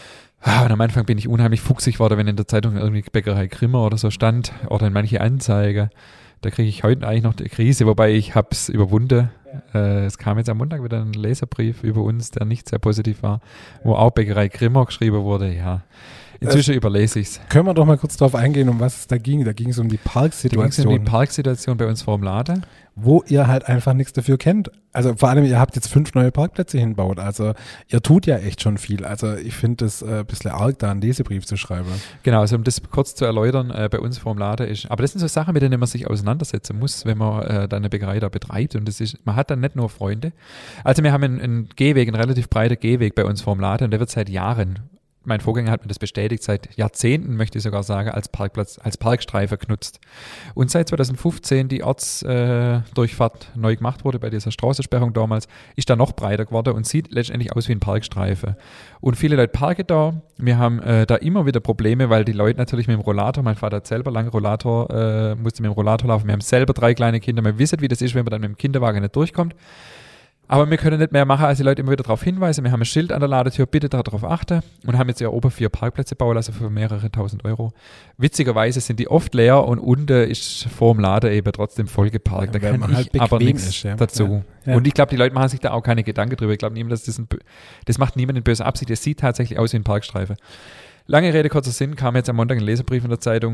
Und am Anfang bin ich unheimlich fuchsig geworden, wenn in der Zeitung irgendwie Bäckerei Grimmer oder so stand oder in manche Anzeige. Da kriege ich heute eigentlich noch die Krise, wobei ich habe es überwunden. Es kam jetzt am Montag wieder ein Leserbrief über uns, der nicht sehr positiv war, wo auch Bäckerei Grimmer geschrieben wurde, ja. Inzwischen überlese ich es. Können wir doch mal kurz darauf eingehen, um was es da ging. Da ging es um die Parksituation. Da ging es um die Parksituation bei uns vor dem Laden. Wo ihr halt einfach nichts dafür kennt. Also vor allem, ihr habt jetzt 5 neue Parkplätze hinbaut. Also ihr tut ja echt schon viel. Also ich finde es ein bisschen arg, da einen Lesebrief zu schreiben. Genau, also um das kurz zu erläutern, bei uns vor dem Laden ist, aber das sind so Sachen, mit denen man sich auseinandersetzen muss, wenn man dann eine Bäckerei da betreibt. Und das ist, man hat dann nicht nur Freunde. Also wir haben einen Gehweg, einen relativ breiten Gehweg bei uns vor dem Laden und der wird seit Jahren, mein Vorgänger hat mir das bestätigt, seit Jahrzehnten, möchte ich sogar sagen, als Parkplatz, als Parkstreife genutzt. Und seit 2015 die Ortsdurchfahrt neu gemacht wurde, bei dieser Straßensperrung damals, ist da noch breiter geworden und sieht letztendlich aus wie ein Parkstreife. Und viele Leute parken da. Wir haben da immer wieder Probleme, weil die Leute natürlich mit dem Rollator, mein Vater hat selber lange Rollator, musste mit dem Rollator laufen. Wir haben selber 3 kleine Kinder. Wir wissen, wie das ist, wenn man dann mit dem Kinderwagen nicht durchkommt. Aber wir können nicht mehr machen, als die Leute immer wieder darauf hinweisen. Wir haben ein Schild an der Ladetür, bitte darauf achten. Und haben jetzt ja oben 4 Parkplätze bauen lassen für mehrere tausend Euro. Witzigerweise sind die oft leer und unten ist vor dem Laden eben trotzdem voll geparkt. Da kann ich halt aber nichts dazu. Ja. Und ich glaube, die Leute machen sich da auch keine Gedanken drüber. Ich glaube, das macht niemand in böser Absicht. Es sieht tatsächlich aus wie ein Parkstreife. Lange Rede, kurzer Sinn, kam jetzt am Montag ein Leserbrief in der Zeitung,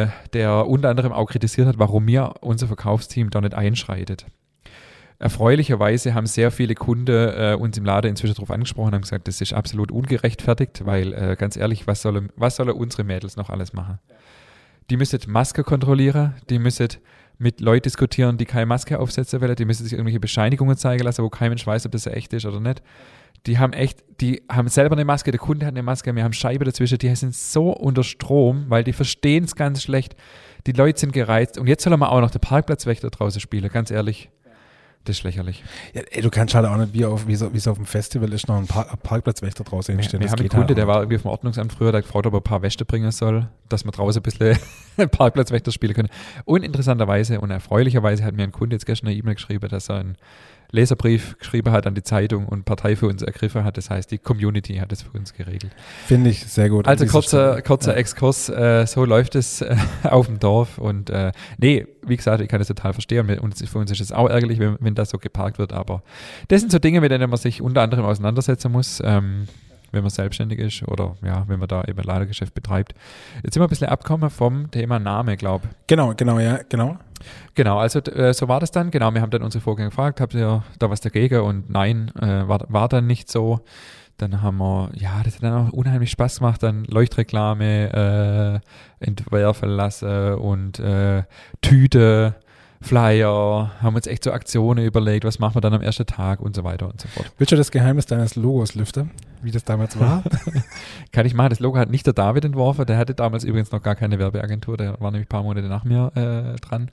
der unter anderem auch kritisiert hat, warum unser Verkaufsteam da nicht einschreitet. Erfreulicherweise haben sehr viele Kunden uns im Laden inzwischen darauf angesprochen und haben gesagt, das ist absolut ungerechtfertigt, weil ganz ehrlich, was sollen unsere Mädels noch alles machen? Die müssen Maske kontrollieren, die müssen mit Leuten diskutieren, die keine Maske aufsetzen wollen, die müssen sich irgendwelche Bescheinigungen zeigen lassen, wo kein Mensch weiß, ob das echt ist oder nicht. Die haben selber eine Maske, der Kunde hat eine Maske, wir haben Scheibe dazwischen, die sind so unter Strom, weil die verstehen es ganz schlecht. Die Leute sind gereizt und jetzt soll man auch noch den Parkplatzwächter draußen spielen, ganz ehrlich. Das ist lächerlich. Ja, du kannst halt auch nicht, wie es auf dem Festival ist, noch einen Parkplatzwächter draußen hinstellen. Wir haben einen Kunde, der war irgendwie vom Ordnungsamt früher, der gefragt, ob er ein paar Wäsche bringen soll, dass wir draußen ein bisschen Parkplatzwächter spielen können. Und interessanterweise und erfreulicherweise hat mir ein Kunde jetzt gestern eine E-Mail geschrieben, dass er Leserbrief geschrieben hat an die Zeitung und Partei für uns ergriffen hat. Das heißt, die Community hat es für uns geregelt. Finde ich sehr gut. Also kurzer Exkurs, so läuft es auf dem Dorf. Und nee, wie gesagt, ich kann das total verstehen. Für uns ist es auch ärgerlich, wenn das so geparkt wird. Aber das sind so Dinge, mit denen man sich unter anderem auseinandersetzen muss, wenn man selbstständig ist oder ja, wenn man da eben ein Ladengeschäft betreibt. Jetzt sind wir ein bisschen abgekommen vom Thema Name, glaube ich. Genau. Genau, also so war das dann. Genau, wir haben dann unsere Vorgänger gefragt, habt ihr da was dagegen? Und nein, war dann nicht so. Dann haben wir, ja, das hat dann auch unheimlich Spaß gemacht, dann Leuchtreklame entwerfen lassen und Tüte, Flyer, haben uns echt so Aktionen überlegt, was machen wir dann am ersten Tag und so weiter und so fort. Willst du das Geheimnis deines Logos lüften, wie das damals war? Kann ich machen. Das Logo hat nicht der David entworfen, der hatte damals übrigens noch gar keine Werbeagentur, der war nämlich ein paar Monate nach mir dran.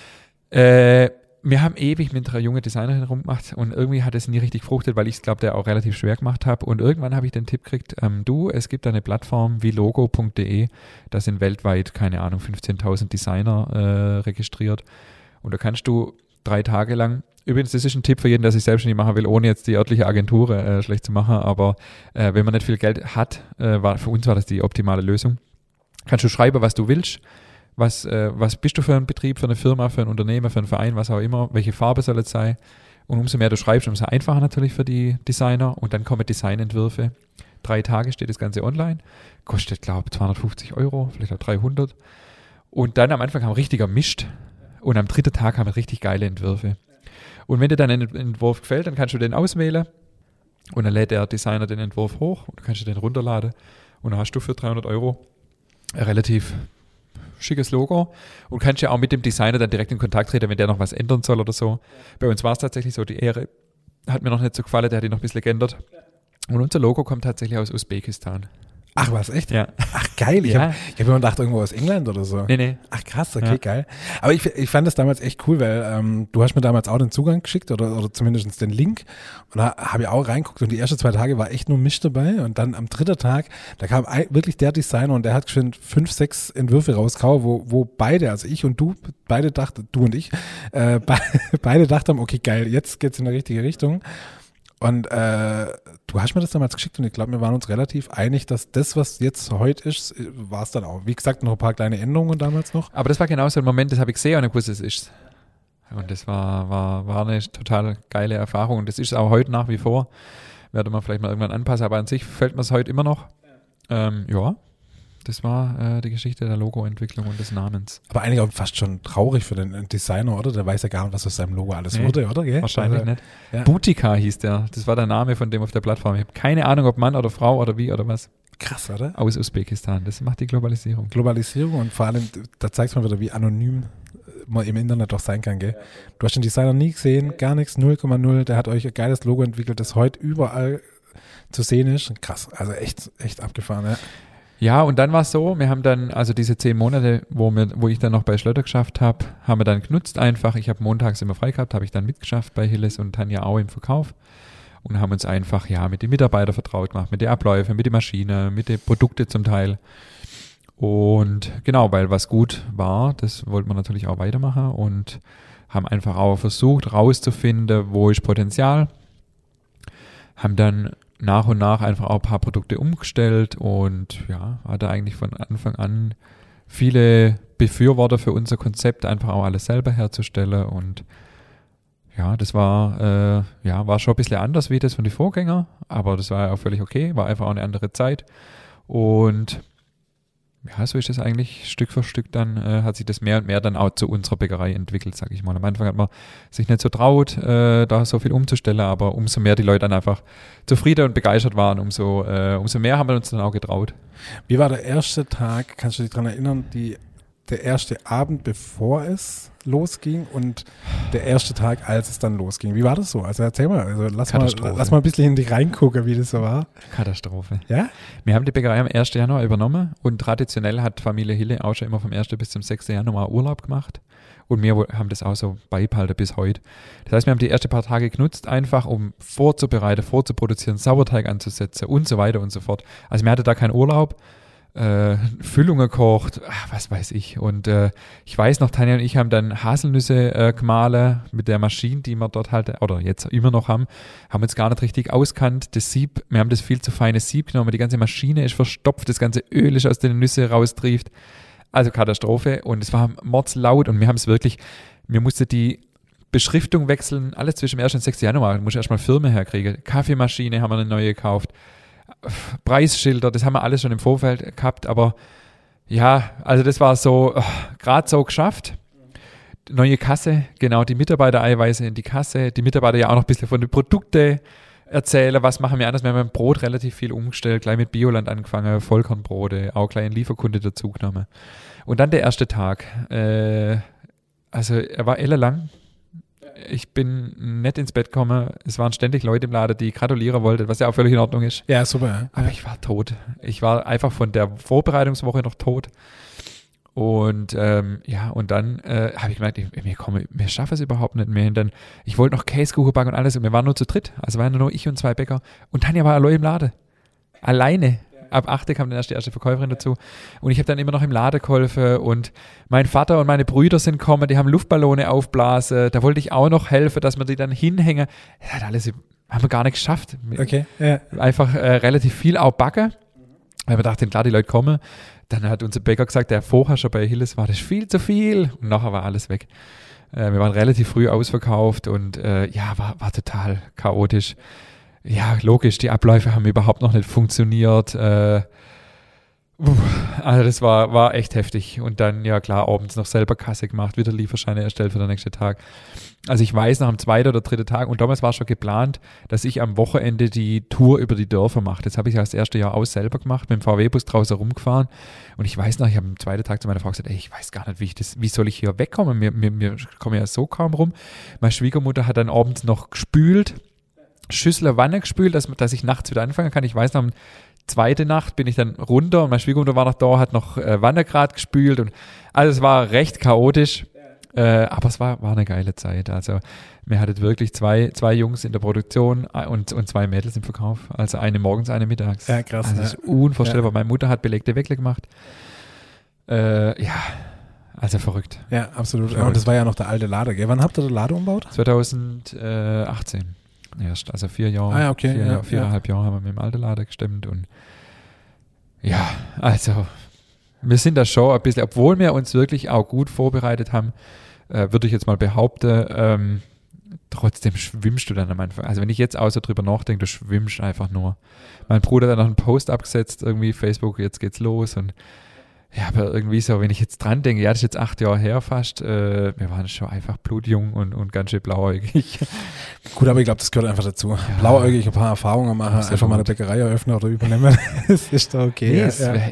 Wir haben ewig mit einer jungen Designerin rumgemacht und irgendwie hat es nie richtig fruchtet, weil ich es, glaube der auch relativ schwer gemacht habe. Und irgendwann habe ich den Tipp gekriegt, es gibt eine Plattform wie logo.de, da sind weltweit, keine Ahnung, 15.000 Designer registriert. Und da kannst du 3 Tage lang, übrigens, das ist ein Tipp für jeden, der sich selbstständig machen will, ohne jetzt die örtliche Agentur schlecht zu machen, aber wenn man nicht viel Geld hat, für uns war das die optimale Lösung, kannst du schreiben, was du willst, was bist du für ein Betrieb, für eine Firma, für ein Unternehmen, für einen Verein, was auch immer, welche Farbe soll es sein. Und umso mehr du schreibst, umso einfacher natürlich für die Designer. Und dann kommen Designentwürfe. 3 Tage steht das Ganze online, kostet, glaube ich, 250 €, vielleicht auch 300. Und dann am Anfang kam richtiger Mist. Und am 3. Tag haben wir richtig geile Entwürfe. Und wenn dir dann ein Entwurf gefällt, dann kannst du den auswählen und dann lädt der Designer den Entwurf hoch und dann kannst du den runterladen und dann hast du für 300 € ein relativ schickes Logo und kannst ja auch mit dem Designer dann direkt in Kontakt treten, wenn der noch was ändern soll oder so. Bei uns war es tatsächlich so, die Ehre hat mir noch nicht so gefallen, der hat ihn noch ein bisschen geändert. Und unser Logo kommt tatsächlich aus Usbekistan. Ach, was, echt? Ja. Ach, geil. Ich Ja. hab immer gedacht, irgendwo aus England oder so. Nee. Ach, krass, okay, Ja. geil. Aber ich fand das damals echt cool, weil du hast mir damals auch den Zugang geschickt oder zumindest den Link und da habe ich auch reingeguckt und die ersten 2 Tage war echt nur Mist dabei und dann am 3. Tag, da kam wirklich der Designer und der hat schon 5, 6 Entwürfe rausgehauen, wo beide, also ich und du, beide dachten, du und ich, beide dachten, okay, geil, jetzt geht's in die richtige Richtung. Und du hast mir das damals geschickt und ich glaube, wir waren uns relativ einig, dass das, was jetzt heute ist, war es dann auch. Wie gesagt, noch ein paar kleine Änderungen damals noch. Aber das war genau so ein Moment, das habe ich gesehen und ich wusste, es ist. Und das war eine total geile Erfahrung und das ist auch heute nach wie vor. Werde man vielleicht mal irgendwann anpassen, aber an sich fällt mir es heute immer noch. Ja, das war die Geschichte der Logoentwicklung und des Namens. Aber eigentlich auch fast schon traurig für den Designer, oder? Der weiß ja gar nicht, was aus seinem Logo alles Nee, wurde, oder? Gell? Wahrscheinlich Also, nicht. ja. Butika hieß der. Das war der Name von dem auf der Plattform. Ich habe keine Ahnung, ob Mann oder Frau oder wie oder was. Krass, oder? Aus Usbekistan. Das macht die Globalisierung. Globalisierung und vor allem, da zeigt man wieder, wie anonym man im Internet doch sein kann, gell? Du hast den Designer nie gesehen, gar nichts, 0,0. Der hat euch ein geiles Logo entwickelt, das heute überall zu sehen ist. Krass, also echt abgefahren, ja. Ja, und dann war es so, wir haben dann, also diese 10 Monate, wo ich dann noch bei Schlötter geschafft habe, haben wir dann genutzt einfach. Ich habe montags immer frei gehabt, habe ich dann mitgeschafft bei Hilles und Tanja auch im Verkauf und haben uns einfach mit den Mitarbeitern vertraut gemacht, mit den Abläufen, mit den Maschinen, mit den Produkten zum Teil. Und genau, weil was gut war, das wollten wir natürlich auch weitermachen und haben einfach auch versucht rauszufinden, wo ist Potenzial, haben dann nach und nach einfach auch ein paar Produkte umgestellt und ja, hatte eigentlich von Anfang an viele Befürworter für unser Konzept, einfach auch alles selber herzustellen und ja, das war schon ein bisschen anders wie das von den Vorgängern, aber das war ja auch völlig okay, war einfach auch eine andere Zeit und ja, so ist es eigentlich Stück für Stück dann, hat sich das mehr und mehr dann auch zu unserer Bäckerei entwickelt, sag ich mal. Am Anfang hat man sich nicht so traut, da so viel umzustellen, aber umso mehr die Leute dann einfach zufrieden und begeistert waren, umso mehr haben wir uns dann auch getraut. Wie war der erste Tag, kannst du dich daran erinnern, der erste Abend, bevor es losging und der erste Tag, als es dann losging? Wie war das so? Also erzähl mal, also lass mal ein bisschen in dich reingucken, wie das so war. Katastrophe. Ja? Wir haben die Bäckerei am 1. Januar übernommen und traditionell hat Familie Hille auch schon immer vom 1. bis zum 6. Januar Urlaub gemacht und wir haben das auch so beibehalten bis heute. Das heißt, wir haben die ersten paar Tage genutzt, einfach um vorzubereiten, vorzuproduzieren, Sauerteig anzusetzen und so weiter und so fort. Also wir hatten da keinen Urlaub. Füllungen kocht, was weiß ich. Und ich weiß noch, Tanja und ich haben dann Haselnüsse gemahlen mit der Maschine, die wir dort halt, oder jetzt immer noch haben uns gar nicht richtig auskannt. Das Sieb, wir haben das viel zu feine Sieb genommen, die ganze Maschine ist verstopft, das ganze Öl ist aus den Nüsse raustrieft. Also Katastrophe. Und es war mordslaut und wir haben es wirklich, wir mussten die Beschriftung wechseln, alles zwischen dem 1. und 6. Januar. Du musst erstmal Firmen herkriegen. Kaffeemaschine haben wir eine neue gekauft. Preisschilder, das haben wir alles schon im Vorfeld gehabt, aber ja, also das war so, gerade so geschafft. Neue Kasse, genau, die Mitarbeiter-Eiweiße in die Kasse, die Mitarbeiter ja auch noch ein bisschen von den Produkten erzählen, was machen wir anders. Wir haben beim Brot relativ viel umgestellt, gleich mit Bioland angefangen, Vollkornbrote, auch gleich einen Lieferkunde dazu genommen. Und dann der erste Tag, also er war ellenlang. Ich bin nicht ins Bett gekommen. Es waren ständig Leute im Laden, die gratulieren wollten, was ja auch völlig in Ordnung ist. Ja, super. Ja. Aber ich war tot. Ich war einfach von der Vorbereitungswoche noch tot. Und und dann habe ich gemerkt, wir schaffen es überhaupt nicht mehr. Und dann, ich wollte noch Käsekuchen backen und alles und wir waren nur zu dritt. Also waren nur ich und 2 Bäcker. Und Tanja war allein im Laden. Alleine. Ab 8 kam dann erst die erste Verkäuferin dazu. Und ich habe dann immer noch im Laden geholfen. Und mein Vater und meine Brüder sind gekommen, die haben Luftballone aufblasen. Da wollte ich auch noch helfen, dass wir die dann hinhängen. Das hat alles, haben wir gar nicht geschafft. Okay, ja. Einfach relativ viel auch backen. Weil wir dachten, klar, die Leute kommen. Dann hat unser Bäcker gesagt, der vorher schon bei Hilles war, das ist viel zu viel. Und nachher war alles weg. Wir waren relativ früh ausverkauft und war total chaotisch. Ja, logisch, die Abläufe haben überhaupt noch nicht funktioniert. Also das war echt heftig. Und dann, ja klar, abends noch selber Kasse gemacht, wieder Lieferscheine erstellt für den nächsten Tag. Also ich weiß, nach dem 2. oder 3. Tag, und damals war schon geplant, dass ich am Wochenende die Tour über die Dörfer mache. Das habe ich das erste Jahr aus selber gemacht, mit dem VW-Bus draußen rumgefahren. Und ich weiß noch, ich habe am 2. Tag zu meiner Frau gesagt, ich weiß gar nicht, wie soll ich hier wegkommen? Wir kommen ja so kaum rum. Meine Schwiegermutter hat dann abends noch gespült, Schüssel Wanne gespült, dass ich nachts wieder anfangen kann. Ich weiß noch, am 2. Nacht bin ich dann runter und meine Schwiegermutter war noch da, hat noch Wanne gerade gespült. Und also es war recht chaotisch, aber es war eine geile Zeit. Also wir hatten wirklich zwei Jungs in der Produktion und 2 Mädels im Verkauf. Also eine morgens, eine mittags. Ja, krass. Also das ist unvorstellbar. Ja. Meine Mutter hat belegte Weckle gemacht. Also verrückt. Ja, absolut. Verrückt. Und das war ja noch der alte Lader, gell? Wann habt ihr den Lader umgebaut? 2018. Erst, also 4 Jahre, 4,5 Jahre haben wir mit dem alten Laden gestemmt und ja, also wir sind da schon ein bisschen, obwohl wir uns wirklich auch gut vorbereitet haben, würde ich jetzt mal behaupten, trotzdem schwimmst du dann am Anfang. Also wenn ich jetzt auch so drüber nachdenke, du schwimmst einfach nur. Mein Bruder hat dann noch einen Post abgesetzt, irgendwie Facebook, jetzt geht's los und ja, aber irgendwie so, wenn ich jetzt dran denke, ja, das ist jetzt 8 Jahre her fast, wir waren schon einfach blutjung und ganz schön blauäugig. Gut, aber ich glaube, das gehört einfach dazu. Ja. Blauäugig, ein paar Erfahrungen machen, absolut. Einfach mal eine Bäckerei eröffnen oder übernehmen, das ist doch okay.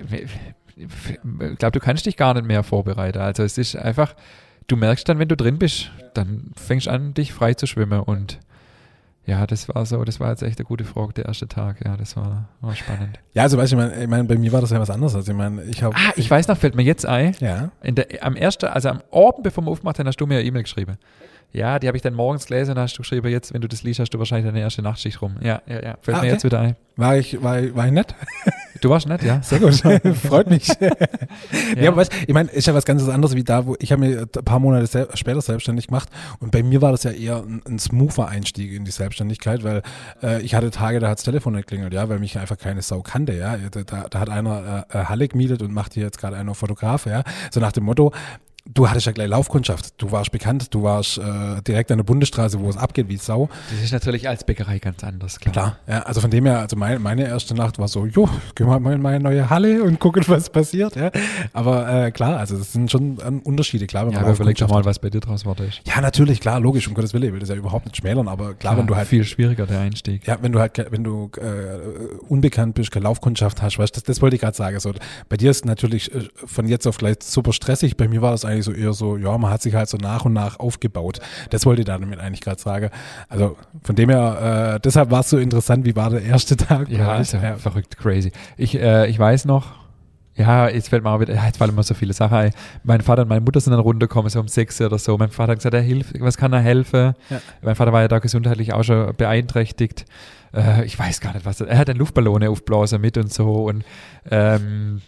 Ich glaube, du kannst dich gar nicht mehr vorbereiten. Also es ist einfach, du merkst dann, wenn du drin bist, dann fängst du an, dich frei zu schwimmen und ja, das war jetzt echt eine gute Frage, der erste Tag. Ja, das war spannend. Ja, also weißt du, ich meine, bei mir war das ja was anderes. Also ich weiß noch, fällt mir jetzt ein. Ja. Am Abend, bevor wir aufgemacht haben, hast du mir eine E-Mail geschrieben. Ja, die habe ich dann morgens gelesen und hast du geschrieben, jetzt, wenn du das liest, hast du wahrscheinlich deine erste Nachtschicht rum. Ja, fällt mir jetzt wieder ein. War ich nett? Du warst nett, ja. Sehr gut, freut mich. Ja, aber weißt, ich meine, ist ja was ganz anderes wie da, wo ich habe mir ein paar Monate später selbstständig gemacht und bei mir war das ja eher ein smoother Einstieg in die Selbstständigkeit, weil ich hatte Tage, da hat das Telefon nicht geklingelt, ja, weil mich einfach keine Sau kannte, ja. Da hat einer Halle gemietet und macht hier jetzt gerade einer Fotograf, ja. So nach dem Motto, du hattest ja gleich Laufkundschaft, du warst bekannt, du warst direkt an der Bundesstraße, wo es abgeht wie Sau. Das ist natürlich als Bäckerei ganz anders, klar. Klar, ja, also von dem her, also meine erste Nacht war so, gehen wir mal in meine neue Halle und gucken, was passiert, ja. Aber klar, also das sind schon Unterschiede, klar. Wenn man aber überleg doch mal, was bei dir draus war. Ja, natürlich, klar, logisch, um Gottes Willen, ich will das ja überhaupt nicht schmälern, aber klar, wenn du halt... Viel schwieriger, der Einstieg. Ja, wenn du unbekannt bist, keine Laufkundschaft hast, weißt du, das wollte ich gerade sagen. So, bei dir ist natürlich von jetzt auf gleich super stressig, bei mir war das eigentlich so eher so, ja, man hat sich halt so nach und nach aufgebaut. Das wollte ich damit eigentlich gerade sagen. Also von dem her, deshalb war es so interessant, wie war der erste Tag? Ja, also, verrückt, crazy. Ich weiß noch, ja, jetzt fallen mir so viele Sachen ein. Mein Vater und meine Mutter sind dann runtergekommen, so um 6 oder so. Mein Vater hat gesagt, was kann er helfen? Ja. Mein Vater war ja da gesundheitlich auch schon beeinträchtigt. Ich weiß gar nicht, was er hat eine Luftballone aufblasen mit und so und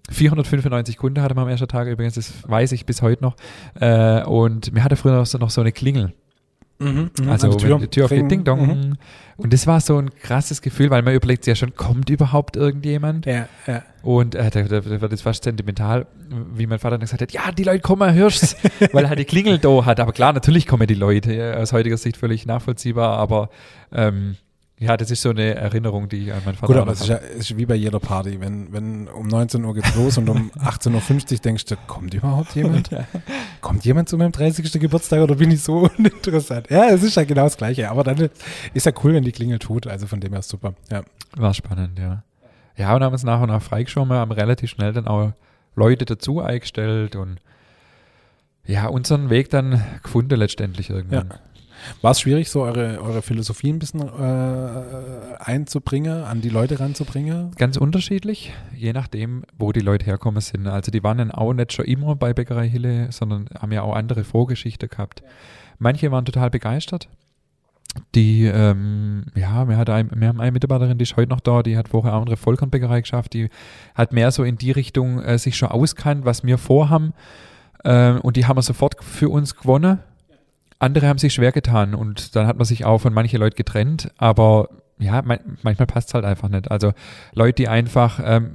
495 Kunden hatte man am ersten Tag übrigens, das weiß ich bis heute noch. Und mir hatte früher noch so eine Klingel. Also wenn die Tür aufgeht, Ding Dong. Und das war so ein krasses Gefühl, weil man überlegt sich ja schon, kommt überhaupt irgendjemand? Ja. Und da wird es fast sentimental, wie mein Vater dann gesagt hat, ja, die Leute kommen, hörst weil er halt die Klingel da hat. Aber klar, natürlich kommen die Leute, ja, aus heutiger Sicht völlig nachvollziehbar, aber ja, das ist so eine Erinnerung, die ich an meinen Vater Gut, aber es ist wie bei jeder Party. Wenn um 19 Uhr geht's los und um 18.50 Uhr denkst du, kommt überhaupt jemand? Kommt jemand zu meinem 30. Geburtstag oder bin ich so uninteressant? Ja, es ist ja genau das Gleiche. Aber dann ist ja cool, wenn die Klingel tut. Also von dem her super. Ja. War spannend, ja. Ja, und haben uns nach und nach freigeschoben, haben relativ schnell dann auch Leute dazu eingestellt und ja, unseren Weg dann gefunden letztendlich irgendwann. Ja. War es schwierig, so eure Philosophie ein bisschen einzubringen, an die Leute ranzubringen? Ganz unterschiedlich, je nachdem, wo die Leute herkommen sind. Also die waren dann auch nicht schon immer bei Bäckerei Hille, sondern haben ja auch andere Vorgeschichte gehabt. Manche waren total begeistert. Die, wir haben eine Mitarbeiterin, die ist heute noch da, die hat vorher auch eine Vollkornbäckerei geschafft, die hat mehr so in die Richtung sich schon auskannt, was wir vorhaben. Und die haben wir sofort für uns gewonnen. Andere haben sich schwer getan und dann hat man sich auch von manchen Leuten getrennt, aber ja, manchmal passt es halt einfach nicht. Also Leute, die einfach,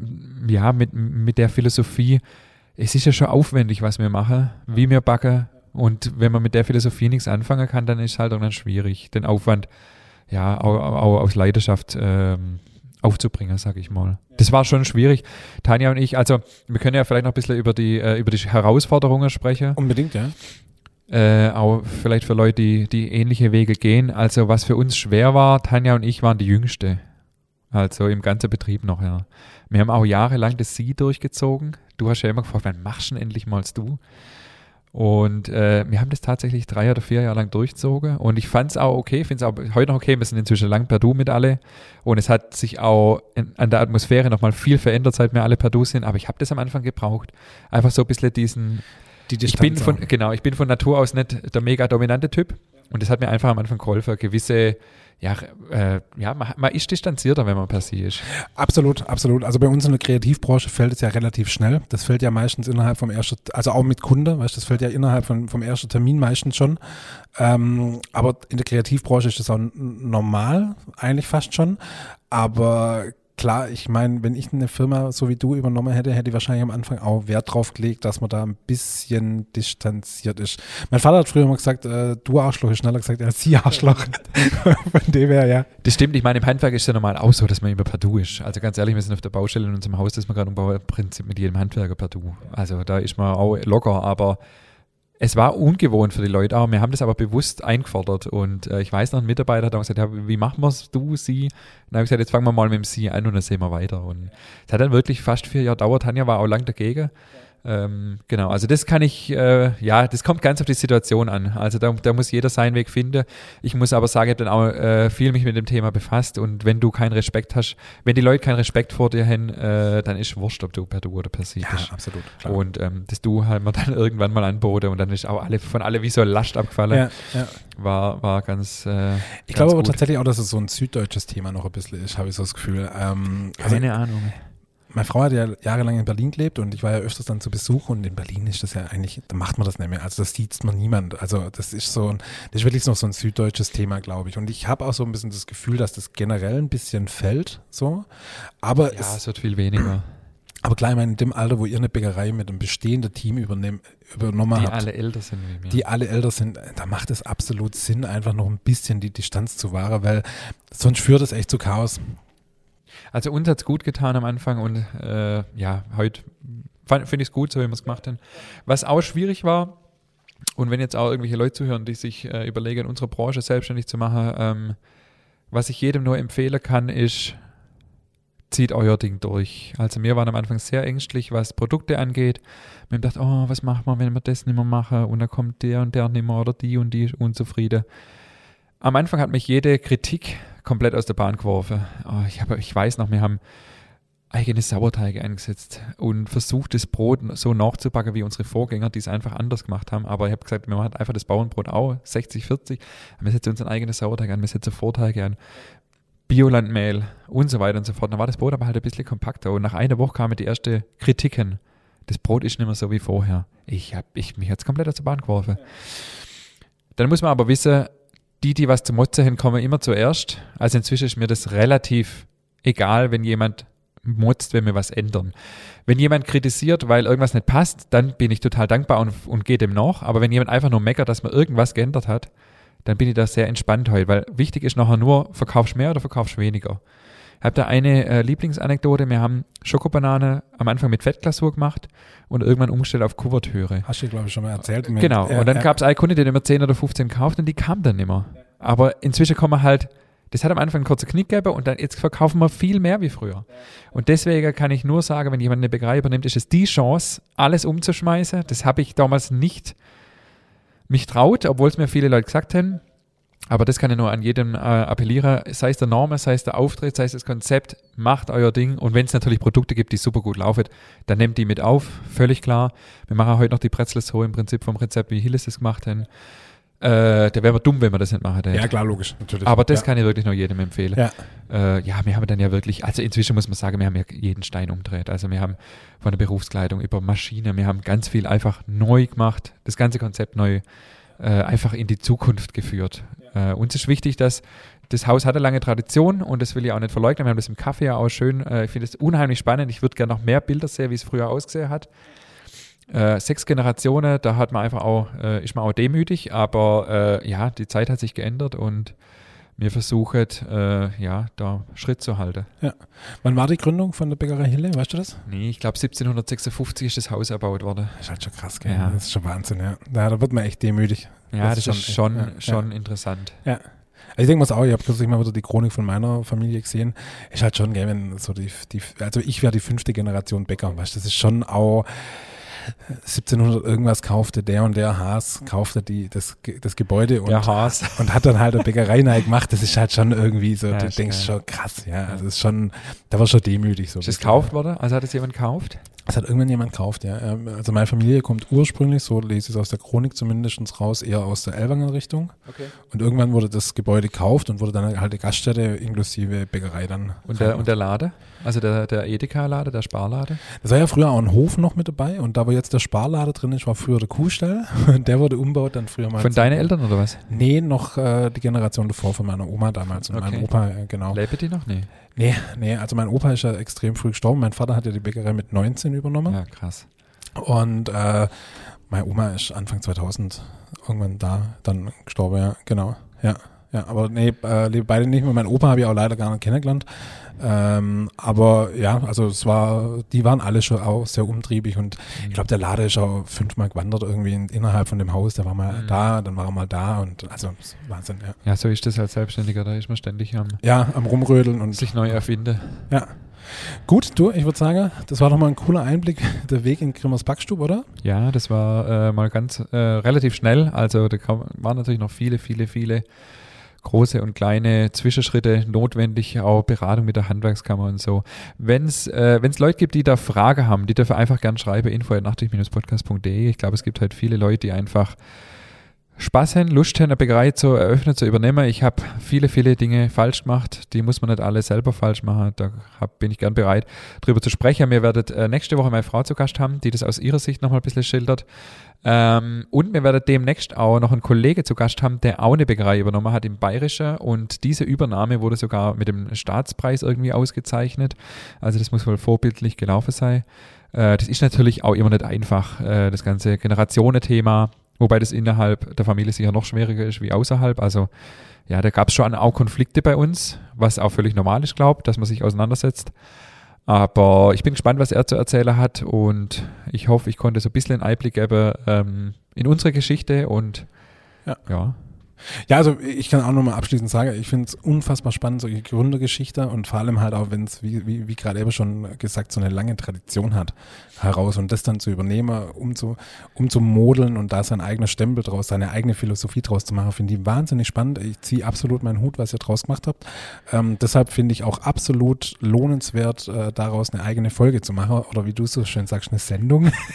mit der Philosophie, es ist ja schon aufwendig, was wir machen, wie wir backen und wenn man mit der Philosophie nichts anfangen kann, dann ist es halt auch dann schwierig, den Aufwand, ja, auch aus Leidenschaft aufzubringen, sag ich mal. Das war schon schwierig. Tanja und ich, also wir können ja vielleicht noch ein bisschen über die Herausforderungen sprechen. Unbedingt, ja. Auch vielleicht für Leute, die ähnliche Wege gehen. Also was für uns schwer war, Tanja und ich waren die Jüngste. Also im ganzen Betrieb noch, ja. Wir haben auch jahrelang das Sie durchgezogen. Du hast ja immer gefragt, wann machst du denn endlich mal du? Und wir haben das tatsächlich 3 oder 4 Jahre lang durchgezogen. Und ich fand es auch okay, finde es auch heute noch okay. Wir sind inzwischen lang per Du mit alle. Und es hat sich auch an der Atmosphäre nochmal viel verändert, seit wir alle per Du sind. Aber ich habe das am Anfang gebraucht. Einfach so ein bisschen diesen... Ich bin von Natur aus nicht der mega dominante Typ und das hat mir einfach am Anfang geholfen, gewisse, man ist distanzierter, wenn man per se ist. Absolut. Also bei uns in der Kreativbranche fällt es ja relativ schnell. Das fällt ja meistens innerhalb vom ersten, also auch mit Kunden, weißt du, das fällt ja innerhalb vom ersten Termin meistens schon. Aber in der Kreativbranche ist das auch normal, eigentlich fast schon. Aber klar, ich meine, wenn ich eine Firma so wie du übernommen hätte, hätte ich wahrscheinlich am Anfang auch Wert drauf gelegt, dass man da ein bisschen distanziert ist. Mein Vater hat früher immer gesagt, du Arschloch, ist schneller gesagt als sie Arschloch. Von dem her, ja. Das stimmt, ich meine, im Handwerk ist es ja normal auch so, dass man immer per Du ist. Also ganz ehrlich, wir sind auf der Baustelle in unserem Haus, das wir gerade umbauen, im Prinzip mit jedem Handwerker per Du. Also da ist man auch locker, aber es war ungewohnt für die Leute auch. Wir haben das aber bewusst eingefordert. Und ich weiß noch, ein Mitarbeiter hat auch gesagt, ja, wie machen wir es, du, sie? Und dann habe ich gesagt, jetzt fangen wir mal mit dem Sie an und dann sehen wir weiter. Und es hat dann wirklich fast 4 Jahre gedauert. Tanja war auch lang dagegen. Genau, also das kann ich, das kommt ganz auf die Situation an. Also da muss jeder seinen Weg finden. Ich muss aber sagen, ich habe dann auch viel mich mit dem Thema befasst und wenn du keinen Respekt hast, wenn die Leute keinen Respekt vor dir haben, dann ist wurscht, ob du per Du oder per Sie bist. Ja, absolut, klar. Und das Du haben wir dann irgendwann mal angeboten und dann ist auch von alle wie so eine Last abgefallen. Ja. War ganz ich glaube aber gut. Tatsächlich auch, dass es so ein süddeutsches Thema noch ein bisschen ist, habe ich so das Gefühl. Keine Ahnung. Meine Frau hat ja jahrelang in Berlin gelebt und ich war ja öfters dann zu Besuch und in Berlin ist das ja eigentlich, da macht man das nicht mehr. Also das sieht man niemand. Also das ist wirklich noch so ein süddeutsches Thema, glaube ich. Und ich habe auch so ein bisschen das Gefühl, dass das generell ein bisschen fällt, so. Aber es wird viel weniger. Aber klar, ich meine, in dem Alter, wo ihr eine Bäckerei mit einem bestehenden Team übernommen habt. Die alle älter sind wie mir. Die alle älter sind, da macht es absolut Sinn, einfach noch ein bisschen die Distanz zu wahren, weil sonst führt es echt zu Chaos. Also uns hat es gut getan am Anfang und heute finde ich es gut, so wie wir es gemacht haben. Was auch schwierig war, und wenn jetzt auch irgendwelche Leute zuhören, die sich überlegen, in unserer Branche selbstständig zu machen, was ich jedem nur empfehlen kann, ist, zieht euer Ding durch. Also wir waren am Anfang sehr ängstlich, was Produkte angeht. Wir haben gedacht, was machen wir, wenn wir das nicht mehr machen und dann kommt der und der nicht mehr oder die und die unzufrieden. Am Anfang hat mich jede Kritik komplett aus der Bahn geworfen. Ich weiß noch, wir haben eigene Sauerteige eingesetzt und versucht, das Brot so nachzubacken wie unsere Vorgänger, die es einfach anders gemacht haben. Aber ich habe gesagt, wir machen einfach das Bauernbrot auch, 60-40. Wir setzen unseren eigenen Sauerteig an, wir setzen Vorteige an. Biolandmehl und so weiter und so fort. Dann war das Brot aber halt ein bisschen kompakter und nach einer Woche kamen die ersten Kritiken. Das Brot ist nicht mehr so wie vorher. Mich hat es komplett aus der Bahn geworfen. Dann muss man aber wissen, die was zum Motzen haben, kommen immer zuerst. Also inzwischen ist mir das relativ egal, wenn jemand motzt, wenn wir was ändern. Wenn jemand kritisiert, weil irgendwas nicht passt, dann bin ich total dankbar und gehe dem nach. Aber wenn jemand einfach nur meckert, dass man irgendwas geändert hat, dann bin ich da sehr entspannt heute, weil wichtig ist nachher nur, verkaufst du mehr oder verkaufst du weniger. Ich habe da eine Lieblingsanekdote. Wir haben Schokobanane am Anfang mit Fettglasur gemacht und irgendwann umgestellt auf Kuvertüre. Hast du, glaube ich, schon mal erzählt. Genau. Und dann gab es eine Kunde, die immer 10 oder 15 kauft und die kam dann nicht mehr. Aber inzwischen kommen wir halt, das hat am Anfang einen kurzen Knick gegeben und dann jetzt verkaufen wir viel mehr wie früher. Und deswegen kann ich nur sagen, wenn jemand eine Bäckerei übernimmt, ist es die Chance, alles umzuschmeißen. Das habe ich damals nicht mich traut, obwohl es mir viele Leute gesagt haben. Aber das kann ich nur an jedem appellieren, sei es der Name, sei es der Auftritt, sei es das Konzept, macht euer Ding. Und wenn es natürlich Produkte gibt, die super gut laufen, dann nehmt die mit auf, völlig klar. Wir machen heute noch die Bretzels so im Prinzip vom Rezept, wie Hilles das gemacht haben. Da wären wir dumm, wenn wir das nicht machen. Ja, klar, logisch, natürlich. Aber das kann ich wirklich nur jedem empfehlen. Ja. Wir haben dann ja wirklich, also inzwischen muss man sagen, wir haben ja jeden Stein umgedreht. Also wir haben von der Berufskleidung über Maschine, wir haben ganz viel einfach neu gemacht, das ganze Konzept neu einfach in die Zukunft geführt. Uns ist wichtig, dass das Haus hat eine lange Tradition und das will ich auch nicht verleugnen. Wir haben das im Kaffee ja auch schön. Ich finde es unheimlich spannend. Ich würde gerne noch mehr Bilder sehen, wie es früher ausgesehen hat. 6 Generationen, da hat man einfach auch, ist man auch demütig, aber die Zeit hat sich geändert und wir versuchen, da Schritt zu halten. Ja. Wann war die Gründung von der Bäckerei Hille? Weißt du das? Nee, ich glaube 1756 ist das Haus erbaut worden. Das ist halt schon krass, gell? Ja. Das ist schon Wahnsinn, ja. Da wird man echt demütig. Ja, das ist schon interessant. Ja. Also ich denke mal auch, ich habe kürzlich mal wieder die Chronik von meiner Familie gesehen. Ist halt schon, gell, wenn so also ich wäre die 5. Generation Bäcker, weißt du, das ist schon auch 1700 irgendwas kaufte der und der Haas, kaufte das Gebäude und hat dann halt eine Bäckerei neu gemacht. Das ist halt schon irgendwie so, du denkst schon krass, ja. Also es ist schon, da war schon demütig so. Ist das gekauft worden? Also hat es jemand gekauft? Das hat irgendwann jemand gekauft, ja. Also meine Familie kommt ursprünglich, so lese ich es aus der Chronik zumindest raus, eher aus der Ellwanger Richtung. Okay. Und irgendwann wurde das Gebäude gekauft und wurde dann halt eine Gaststätte inklusive Bäckerei dann. Und der Lade? Also der Edeka-Lade, der Sparlade? Das war ja früher auch ein Hof noch mit dabei und da wo jetzt der Sparlade drin ist, war früher der Kuhstall. Der wurde umgebaut dann früher mal. Von deinen Eltern oder was? Nee, noch die Generation davor von meiner Oma damals und meinem Opa, genau. Lebt die noch? Nee. Nee, also mein Opa ist ja extrem früh gestorben. Mein Vater hat ja die Bäckerei mit 19 übernommen. Ja, krass. Und meine Oma ist Anfang 2000 irgendwann dann gestorben, ja, genau. Ja, aber nee, lebe beide nicht mehr. Mein Opa habe ich auch leider gar nicht kennengelernt. Aber ja, also die waren alle schon auch sehr umtriebig und ich glaube, der Lade ist auch 5-mal gewandert irgendwie innerhalb von dem Haus. Der war mal da, dann war er mal da und also Wahnsinn, ja. Ja, so ist das als Selbstständiger, da ist man ständig am Rumrödeln und sich neu erfinden. Ja. Gut, ich würde sagen, das war doch mal ein cooler Einblick, der Weg in Grimmers Backstube, oder? Ja, das war mal ganz relativ schnell. Also da waren natürlich noch viele große und kleine Zwischenschritte notwendig, auch Beratung mit der Handwerkskammer und so. Wenn es Leute gibt, die da Fragen haben, die dürfen einfach gern schreiben, info@nachtig-podcast.de. Ich glaube, es gibt halt viele Leute, die einfach Spaß haben, Lust haben, eine Bäckerei zu eröffnen, zu übernehmen. Ich habe viele Dinge falsch gemacht. Die muss man nicht alle selber falsch machen. Da bin ich gern bereit, drüber zu sprechen. Wir werden nächste Woche meine Frau zu Gast haben, die das aus ihrer Sicht nochmal ein bisschen schildert. Und wir werden demnächst auch noch einen Kollege zu Gast haben, der auch eine Bäckerei übernommen hat im Bayerischen. Und diese Übernahme wurde sogar mit dem Staatspreis irgendwie ausgezeichnet. Also das muss wohl vorbildlich gelaufen sein. Das ist natürlich auch immer nicht einfach, das ganze Generationenthema. Wobei das innerhalb der Familie sicher noch schwieriger ist wie außerhalb. Also ja, da gab es schon auch Konflikte bei uns, was auch völlig normal ist, glaube ich, dass man sich auseinandersetzt. Aber ich bin gespannt, was er zu erzählen hat und ich hoffe, ich konnte so ein bisschen einen Einblick geben in unsere Geschichte und ja. Ja, also ich kann auch nochmal abschließend sagen, ich finde es unfassbar spannend, solche Gründergeschichte und vor allem halt auch, wenn es, wie gerade eben schon gesagt, so eine lange Tradition hat heraus und das dann zu übernehmen, um zu modeln und da sein eigener Stempel draus, seine eigene Philosophie draus zu machen, finde ich wahnsinnig spannend. Ich ziehe absolut meinen Hut, was ihr draus gemacht habt. Deshalb finde ich auch absolut lohnenswert, daraus eine eigene Folge zu machen oder wie du so schön sagst, eine Sendung.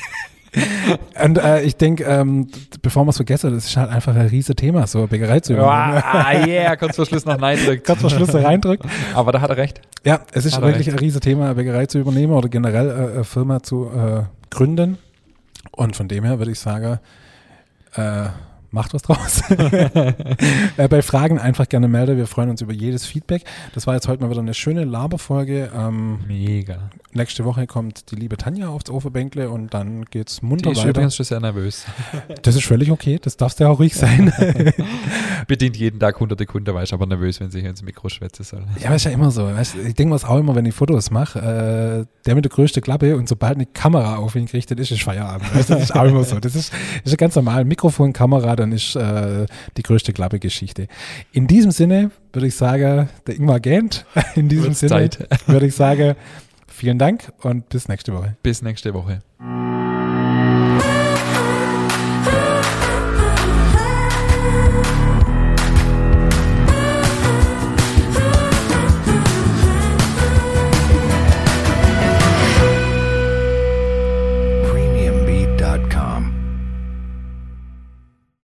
Und ich denke, bevor wir es vergessen, das ist halt einfach ein riesen Thema, so Bäckerei zu übernehmen. Kurz vor Schluss noch Nein drückt. Kurz vor Schluss reindrückt. Aber da hat er recht. Ja, es ist wirklich ein riesen Thema, eine Bäckerei zu übernehmen oder generell eine Firma zu gründen. Und von dem her würde ich sagen, macht was draus. Bei Fragen einfach gerne melden. Wir freuen uns über jedes Feedback. Das war jetzt heute mal wieder eine schöne Laberfolge. Mega. Nächste Woche kommt die liebe Tanja aufs Ofenbänkle und dann geht's munter Die ist weiter. übrigens schon sehr nervös. Das ist völlig okay. Das darfst du ja auch ruhig sein. Bedient jeden Tag hunderte Kunden, war ich aber nervös, wenn sie hier ins Mikro schwätzen soll. Ja, aber ist ja immer so. Weißt, ich denke mir das auch immer, wenn ich Fotos mache, der mit der größten Klappe und sobald eine Kamera auf ihn gerichtet ist, ist Feierabend. Weißt, das ist auch immer so. Das ist ja ganz normal. Mikrofon, Kamera, dann ist die größte Klappe-Geschichte. In diesem Sinne würde ich sagen, der Ingmar gähnt. In diesem Sinne würde ich sagen, vielen Dank und bis nächste Woche. Bis nächste Woche.